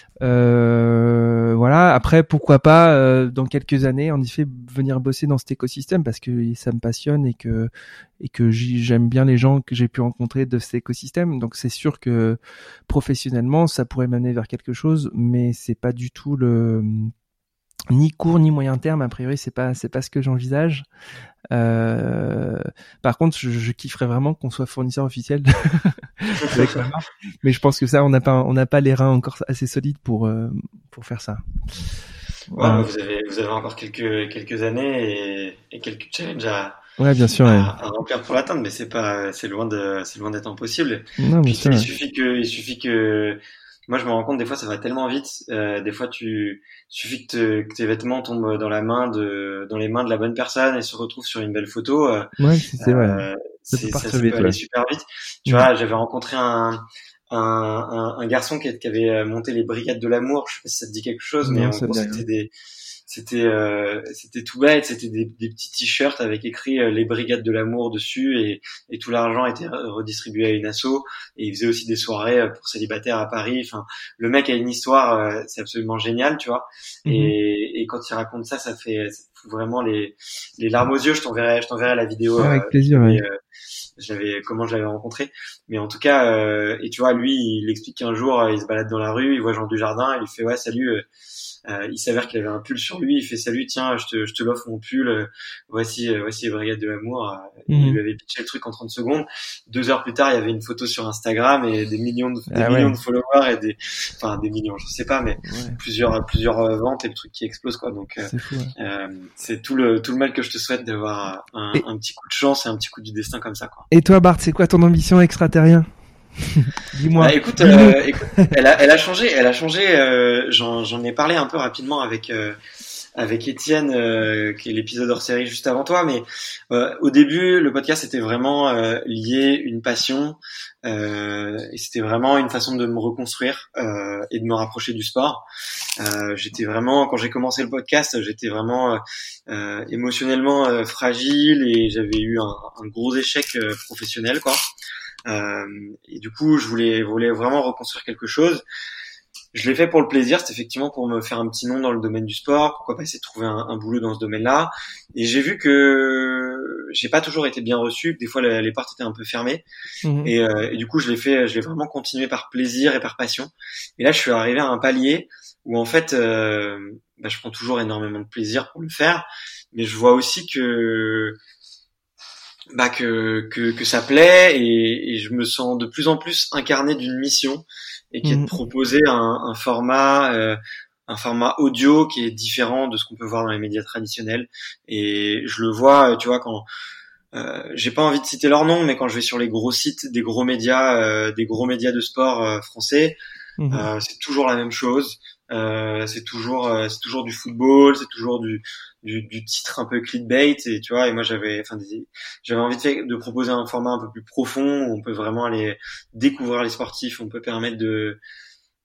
Voilà. Après, pourquoi pas dans quelques années, en effet, venir bosser dans cet écosystème parce que ça me passionne et que j'aime bien les gens que j'ai pu rencontrer de cet écosystème. Donc c'est sûr que professionnellement, ça pourrait m'amener vers quelque chose, mais c'est pas du tout ni court ni moyen terme. A priori, c'est pas ce que j'envisage. Par contre, je kifferais vraiment qu'on soit fournisseur officiel avec ma marque, mais je pense que ça, on n'a pas les reins encore assez solides pour faire ça. Ouais, vous avez encore quelques années et quelques challenges à bien sûr, à remplir pour l'atteindre, mais c'est loin d'être impossible. Non, puis sûr, il suffit que moi je me rends compte des fois ça va tellement vite, des fois suffit que tes vêtements tombent dans les mains de la bonne personne et se retrouvent sur une belle photo. Ouais, c'est vrai. Ça peut aller super vite. Tu vois, j'avais rencontré un garçon qui avait monté les Brigades de l'amour. Je sais pas si ça te dit quelque chose, mais en gros c'était tout bête. C'était des petits t-shirts avec écrit les Brigades de l'amour dessus et tout l'argent était redistribué à une asso. Et il faisait aussi des soirées pour célibataires à Paris. Enfin, le mec a une histoire, c'est absolument génial, tu vois. Et quand il raconte ça fout vraiment les larmes aux yeux. Je t'enverrai la vidéo. Avec plaisir. Comment je l'avais rencontré, mais en tout cas et tu vois, lui il explique qu'un jour il se balade dans la rue, il voit Jean Dujardin, il lui fait ouais salut, il s'avère qu'il avait un pull sur lui, il fait salut, tiens je te l'offre mon pull, voici les Brigades de l'amour. Il lui avait pitché le truc en 30 secondes. 2 heures plus tard il y avait une photo sur Instagram et des millions de followers et des millions, je sais pas, mais plusieurs ventes et le truc qui explose quoi. Donc c'est fou, c'est tout le mal que je te souhaite, d'avoir un petit coup de chance et un petit coup du destin comme ça quoi. Et toi Bart, c'est quoi ton ambition extraterrien? Dis-moi. Bah, écoute, elle a changé. J'en ai parlé un peu rapidement avec Étienne, qui est l'épisode hors série juste avant toi. Mais au début, le podcast était vraiment lié une passion, et c'était vraiment une façon de me reconstruire et de me rapprocher du sport. J'étais vraiment, quand j'ai commencé le podcast, j'étais vraiment émotionnellement fragile et j'avais eu un gros échec professionnel quoi. Et du coup, je voulais vraiment reconstruire quelque chose. Je l'ai fait pour le plaisir, c'est effectivement pour me faire un petit nom dans le domaine du sport. Pourquoi pas essayer de trouver un boulot dans ce domaine-là. Et j'ai vu que j'ai pas toujours été bien reçu, que des fois les portes étaient un peu fermées. Et du coup, je l'ai vraiment continué par plaisir et par passion. Et là, je suis arrivé à un palier où en fait, je prends toujours énormément de plaisir pour le faire, mais je vois aussi que ça plaît et je me sens de plus en plus incarné d'une mission et qui est de proposer un format audio qui est différent de ce qu'on peut voir dans les médias traditionnels. Et je le vois, tu vois, quand j'ai pas envie de citer leur nom, mais quand je vais sur les gros sites des gros médias de sport français, c'est toujours la même chose. C'est toujours du football, c'est toujours du titre un peu clickbait, et tu vois, et moi j'avais envie de proposer un format un peu plus profond où on peut vraiment aller découvrir les sportifs, on peut permettre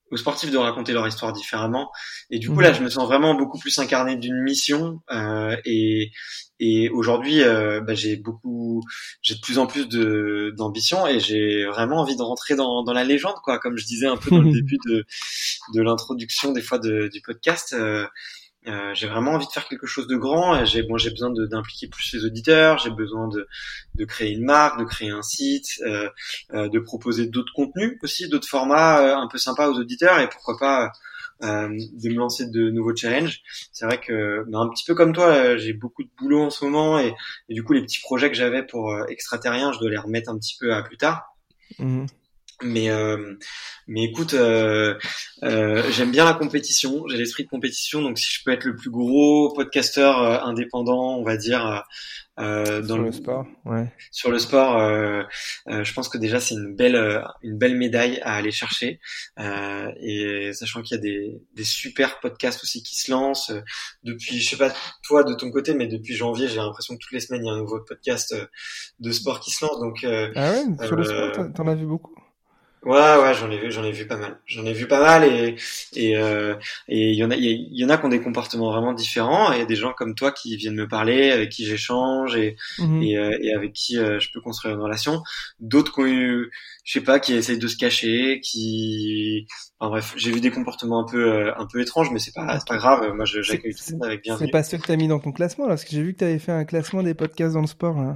aux sportifs de raconter leur histoire différemment. Et du coup, là, je me sens vraiment beaucoup plus incarné d'une mission. Et aujourd'hui, j'ai de plus en plus d'ambition et j'ai vraiment envie de rentrer dans la légende, quoi. Comme je disais un peu dans le début de l'introduction des fois du podcast. J'ai vraiment envie de faire quelque chose de grand. J'ai besoin d'impliquer plus les auditeurs. J'ai besoin de créer une marque, de créer un site, de proposer d'autres contenus aussi, d'autres formats un peu sympas aux auditeurs et pourquoi pas de me lancer de nouveaux challenges. C'est vrai que un petit peu comme toi, j'ai beaucoup de boulot en ce moment et du coup les petits projets que j'avais pour Extraterrien, je dois les remettre un petit peu à plus tard. Mais écoute, j'aime bien la compétition, j'ai l'esprit de compétition, donc si je peux être le plus gros podcasteur indépendant, on va dire, sur le sport, ouais. Sur le sport, je pense que déjà c'est une belle médaille à aller chercher, et sachant qu'il y a des super podcasts aussi qui se lancent depuis, je sais pas toi de ton côté, mais depuis janvier, j'ai l'impression que toutes les semaines il y a un nouveau podcast de sport qui se lance, donc ah ouais, sur le sport, t'en as vu beaucoup? Ouais, j'en ai vu pas mal. Et il y en a qui ont des comportements vraiment différents et il y a des gens comme toi qui viennent me parler, avec qui j'échange et avec qui je peux construire une relation. D'autres qui ont eu, je sais pas, qui essayent de se cacher, enfin bref, j'ai vu des comportements un peu étranges, mais c'est pas grave. Moi, j'accueille tout le monde avec bienvenue. C'est pas ceux que t'as mis dans ton classement, là, parce que j'ai vu que t'avais fait un classement des podcasts dans le sport, là.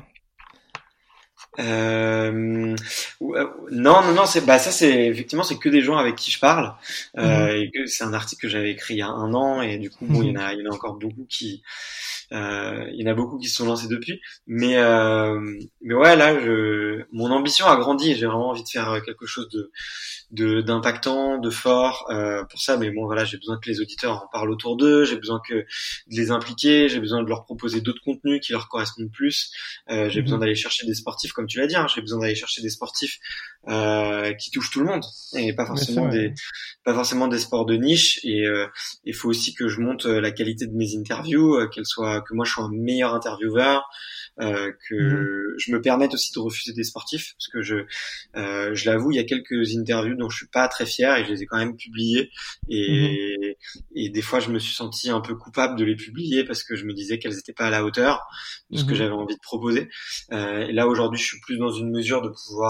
Non, c'est effectivement c'est que des gens avec qui je parle et que c'est un article que j'avais écrit il y a 1 an et du coup il y en a encore beaucoup il y en a beaucoup qui se sont lancés depuis, mais ouais, là mon ambition a grandi et j'ai vraiment envie de faire quelque chose d'impactant, de fort pour ça, mais bon voilà, j'ai besoin que les auditeurs en parlent autour d'eux, j'ai besoin de les impliquer, j'ai besoin de leur proposer d'autres contenus qui leur correspondent plus, j'ai besoin d'aller chercher des sportifs comme tu l'as dit, hein, j'ai besoin d'aller chercher des sportifs qui touchent tout le monde et pas forcément des sports de niche, et il faut aussi que je monte la qualité de mes interviews, que moi je sois un meilleur intervieweur, que je me permette aussi de refuser des sportifs, parce que je l'avoue, il y a quelques interviews dont je suis pas très fier et je les ai quand même publiées et des fois je me suis senti un peu coupable de les publier parce que je me disais qu'elles étaient pas à la hauteur de ce que j'avais envie de proposer, et là aujourd'hui je suis plus dans une mesure de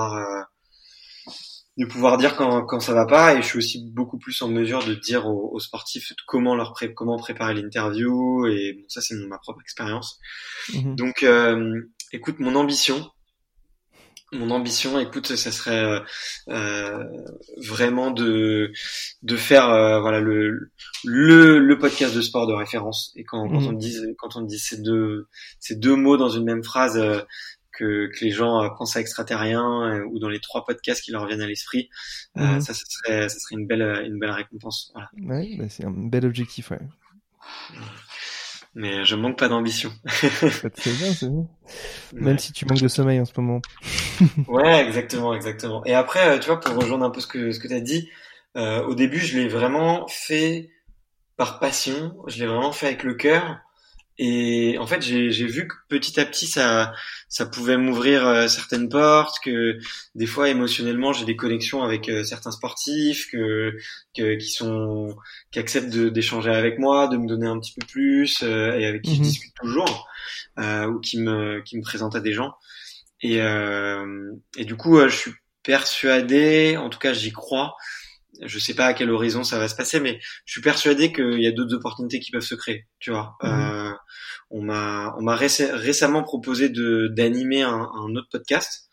pouvoir dire quand ça va pas, et je suis aussi beaucoup plus en mesure de dire aux sportifs comment préparer l'interview, et bon, ça c'est ma propre expérience. Donc écoute, mon ambition, écoute, ça serait vraiment de faire voilà le podcast de sport de référence, et quand on dit ces deux mots dans une même phrase, que les gens pensent à Extraterrien ou dans les 3 podcasts qui leur viennent à l'esprit, ça serait une belle récompense. Voilà. Ouais, c'est un bel objectif, ouais. Mais je manque pas d'ambition. C'est bien. Même si tu manques de sommeil en ce moment. Ouais, exactement. Et après, tu vois, pour rejoindre un peu ce que t'as dit, au début, je l'ai vraiment fait par passion, je l'ai vraiment fait avec le cœur. Et en fait, j'ai vu que petit à petit, ça pouvait m'ouvrir certaines portes, que des fois émotionnellement, j'ai des connexions avec certains sportifs, qui acceptent d'échanger avec moi, de me donner un petit peu plus, et avec qui je discute toujours, ou qui me présentent à des gens. Et du coup, je suis persuadé, en tout cas, j'y crois. Je sais pas à quel horizon ça va se passer, mais je suis persuadé qu'il y a d'autres opportunités qui peuvent se créer, tu vois. On m'a récemment proposé d'animer un autre podcast.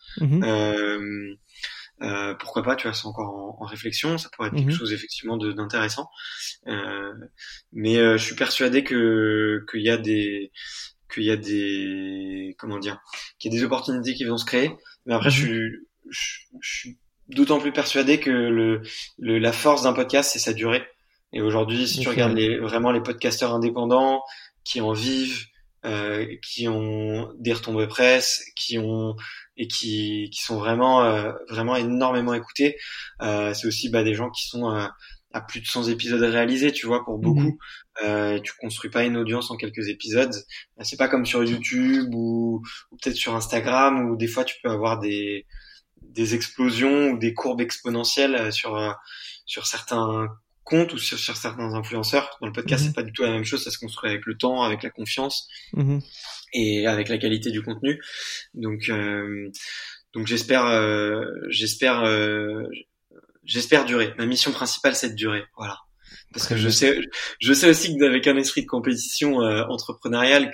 Pourquoi pas, tu vois, c'est encore en réflexion, ça pourrait être quelque chose effectivement d'intéressant. Mais je suis persuadé qu'il y a des opportunités qui vont se créer. Mais après, je suis d'autant plus persuadé que la force d'un podcast, c'est sa durée. Et aujourd'hui, si tu regardes vraiment les podcasteurs indépendants qui en vivent, qui ont des retombées presse, qui sont vraiment énormément écoutés, c'est aussi des gens qui sont à plus de 100 épisodes réalisés, tu vois, pour beaucoup. Tu construis pas une audience en quelques épisodes. C'est pas comme sur YouTube ou peut-être sur Instagram, où des fois tu peux avoir des explosions ou des courbes exponentielles sur certains comptes ou sur certains influenceurs. Dans le podcast, c'est pas du tout la même chose. Ça se construit avec le temps, avec la confiance et avec la qualité du contenu. Donc j'espère durer. Ma mission principale, c'est de durer. Voilà. Parce que je sais aussi qu'avec un esprit de compétition entrepreneuriale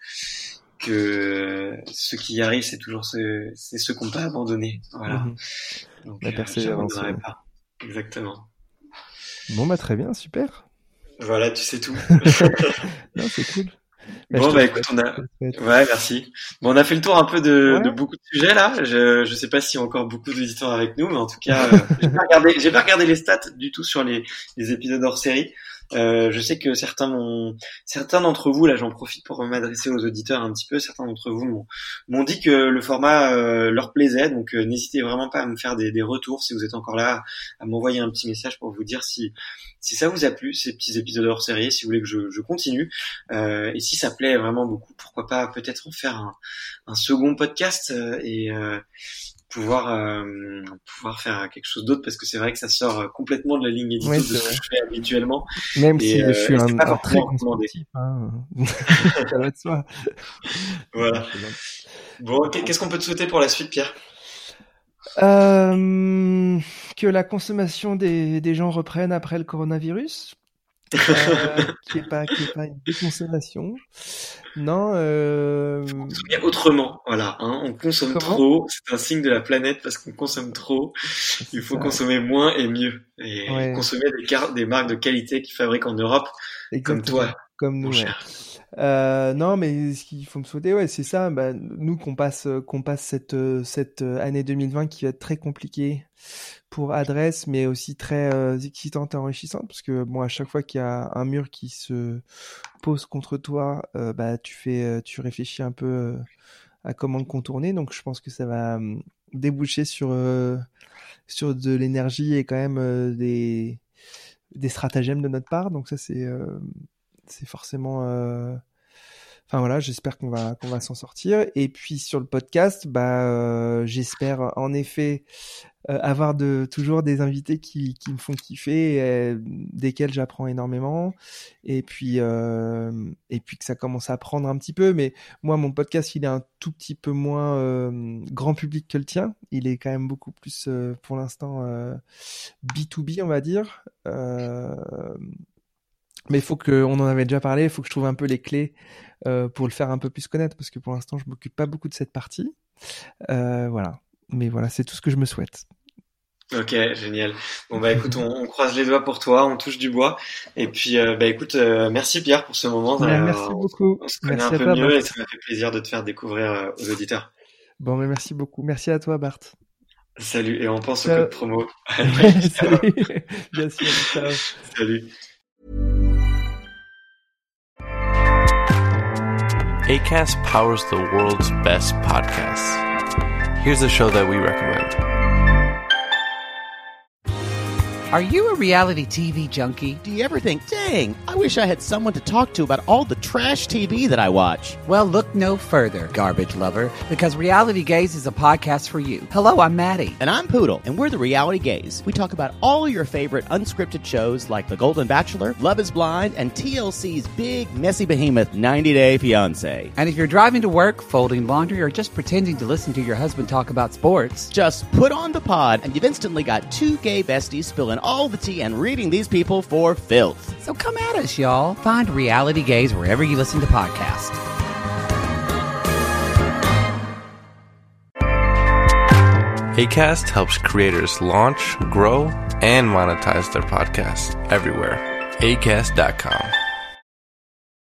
que ceux qui y arrivent, c'est ceux qu'on peut pas abandonner. Voilà. Donc, la persévérance. Pas. Exactement. Bon, bah, très bien, super. Voilà, tu sais tout. Non, c'est cool. Bon, bah, écoute, ouais, merci. Bon, on a fait le tour un peu de beaucoup de sujets, là. Je sais pas s'il y a encore beaucoup d'auditeurs avec nous, mais en tout cas, j'ai pas regardé les stats du tout sur les épisodes hors série. Je sais que certains d'entre vous, là, j'en profite pour m'adresser aux auditeurs un petit peu. Certains d'entre vous m'ont dit que le format leur plaisait, donc n'hésitez vraiment pas à me faire des retours si vous êtes encore là, à m'envoyer un petit message pour vous dire si ça vous a plu, ces petits épisodes hors série, si vous voulez que je continue, et si ça plaît vraiment beaucoup, pourquoi pas peut-être en faire un second podcast et pouvoir faire quelque chose d'autre, parce que c'est vrai que ça sort complètement de la ligne édito de ce que je fais habituellement. Même si je suis un très constructif, ça va de soi. Voilà. Bon, qu'est-ce qu'on peut te souhaiter pour la suite, Pierre? Que la consommation des gens reprenne après le coronavirus. Qui est pas une déconsommation. Non. Faut consommer autrement, voilà. On consomme trop, c'est un signe de la planète parce qu'on consomme trop. Il faut consommer moins et mieux, et consommer des marques de qualité qui fabriquent en Europe. Exactement. Comme toi, comme nous. Cher. Non, mais ce qu'il faut me souhaiter, c'est ça. Bah, nous qu'on passe cette année 2020 qui va être très compliquée pour Adresse, mais aussi très excitante et enrichissante, parce que bon, à chaque fois qu'il y a un mur qui se pose contre toi, bah tu réfléchis un peu à comment le contourner. Donc je pense que ça va déboucher sur de l'énergie et quand même des stratagèmes de notre part. Donc ça c'est forcément enfin voilà, j'espère qu'on va s'en sortir. Et puis sur le podcast, j'espère en effet avoir toujours des invités qui me font kiffer, desquels j'apprends énormément, et puis que ça commence à prendre un petit peu. Mais moi, mon podcast, il est un tout petit peu moins grand public que le tien. Il est quand même beaucoup plus pour l'instant B2B, on va dire. Mais il faut on en avait déjà parlé, il faut que je trouve un peu les clés pour le faire un peu plus connaître, parce que pour l'instant, je m'occupe pas beaucoup de cette partie. Voilà. Mais voilà, c'est tout ce que je me souhaite. Ok, génial. Bon, bah écoute, on croise les doigts pour toi, on touche du bois. Et puis, écoute, merci Pierre pour ce moment. Merci beaucoup. On se connaît un peu mieux, et ça m'a fait plaisir de te faire découvrir aux auditeurs. Bon, mais merci beaucoup. Merci à toi, Bart. Salut, et on pense au code promo. Salut. Bien sûr, ciao. Salut. Acast powers the world's best podcasts. Here's a show that we recommend. Are you a reality TV junkie? Do you ever think, dang, I wish I had someone to talk to about all the trash TV that I watch? Well, look no further, garbage lover, because Reality Gaze is a podcast for you. Hello, I'm Maddie. And I'm Poodle, and we're the Reality Gaze. We talk about all your favorite unscripted shows like The Golden Bachelor, Love is Blind, and TLC's big, messy behemoth, 90 Day Fiancé. And if you're driving to work, folding laundry, or just pretending to listen to your husband talk about sports, just put on the pod, and you've instantly got two gay besties spilling all the tea and reading these people for filth. So come at us, y'all. Find Reality Gaze wherever you listen to podcasts. Acast helps creators launch, grow, and monetize their podcasts everywhere. Acast.com.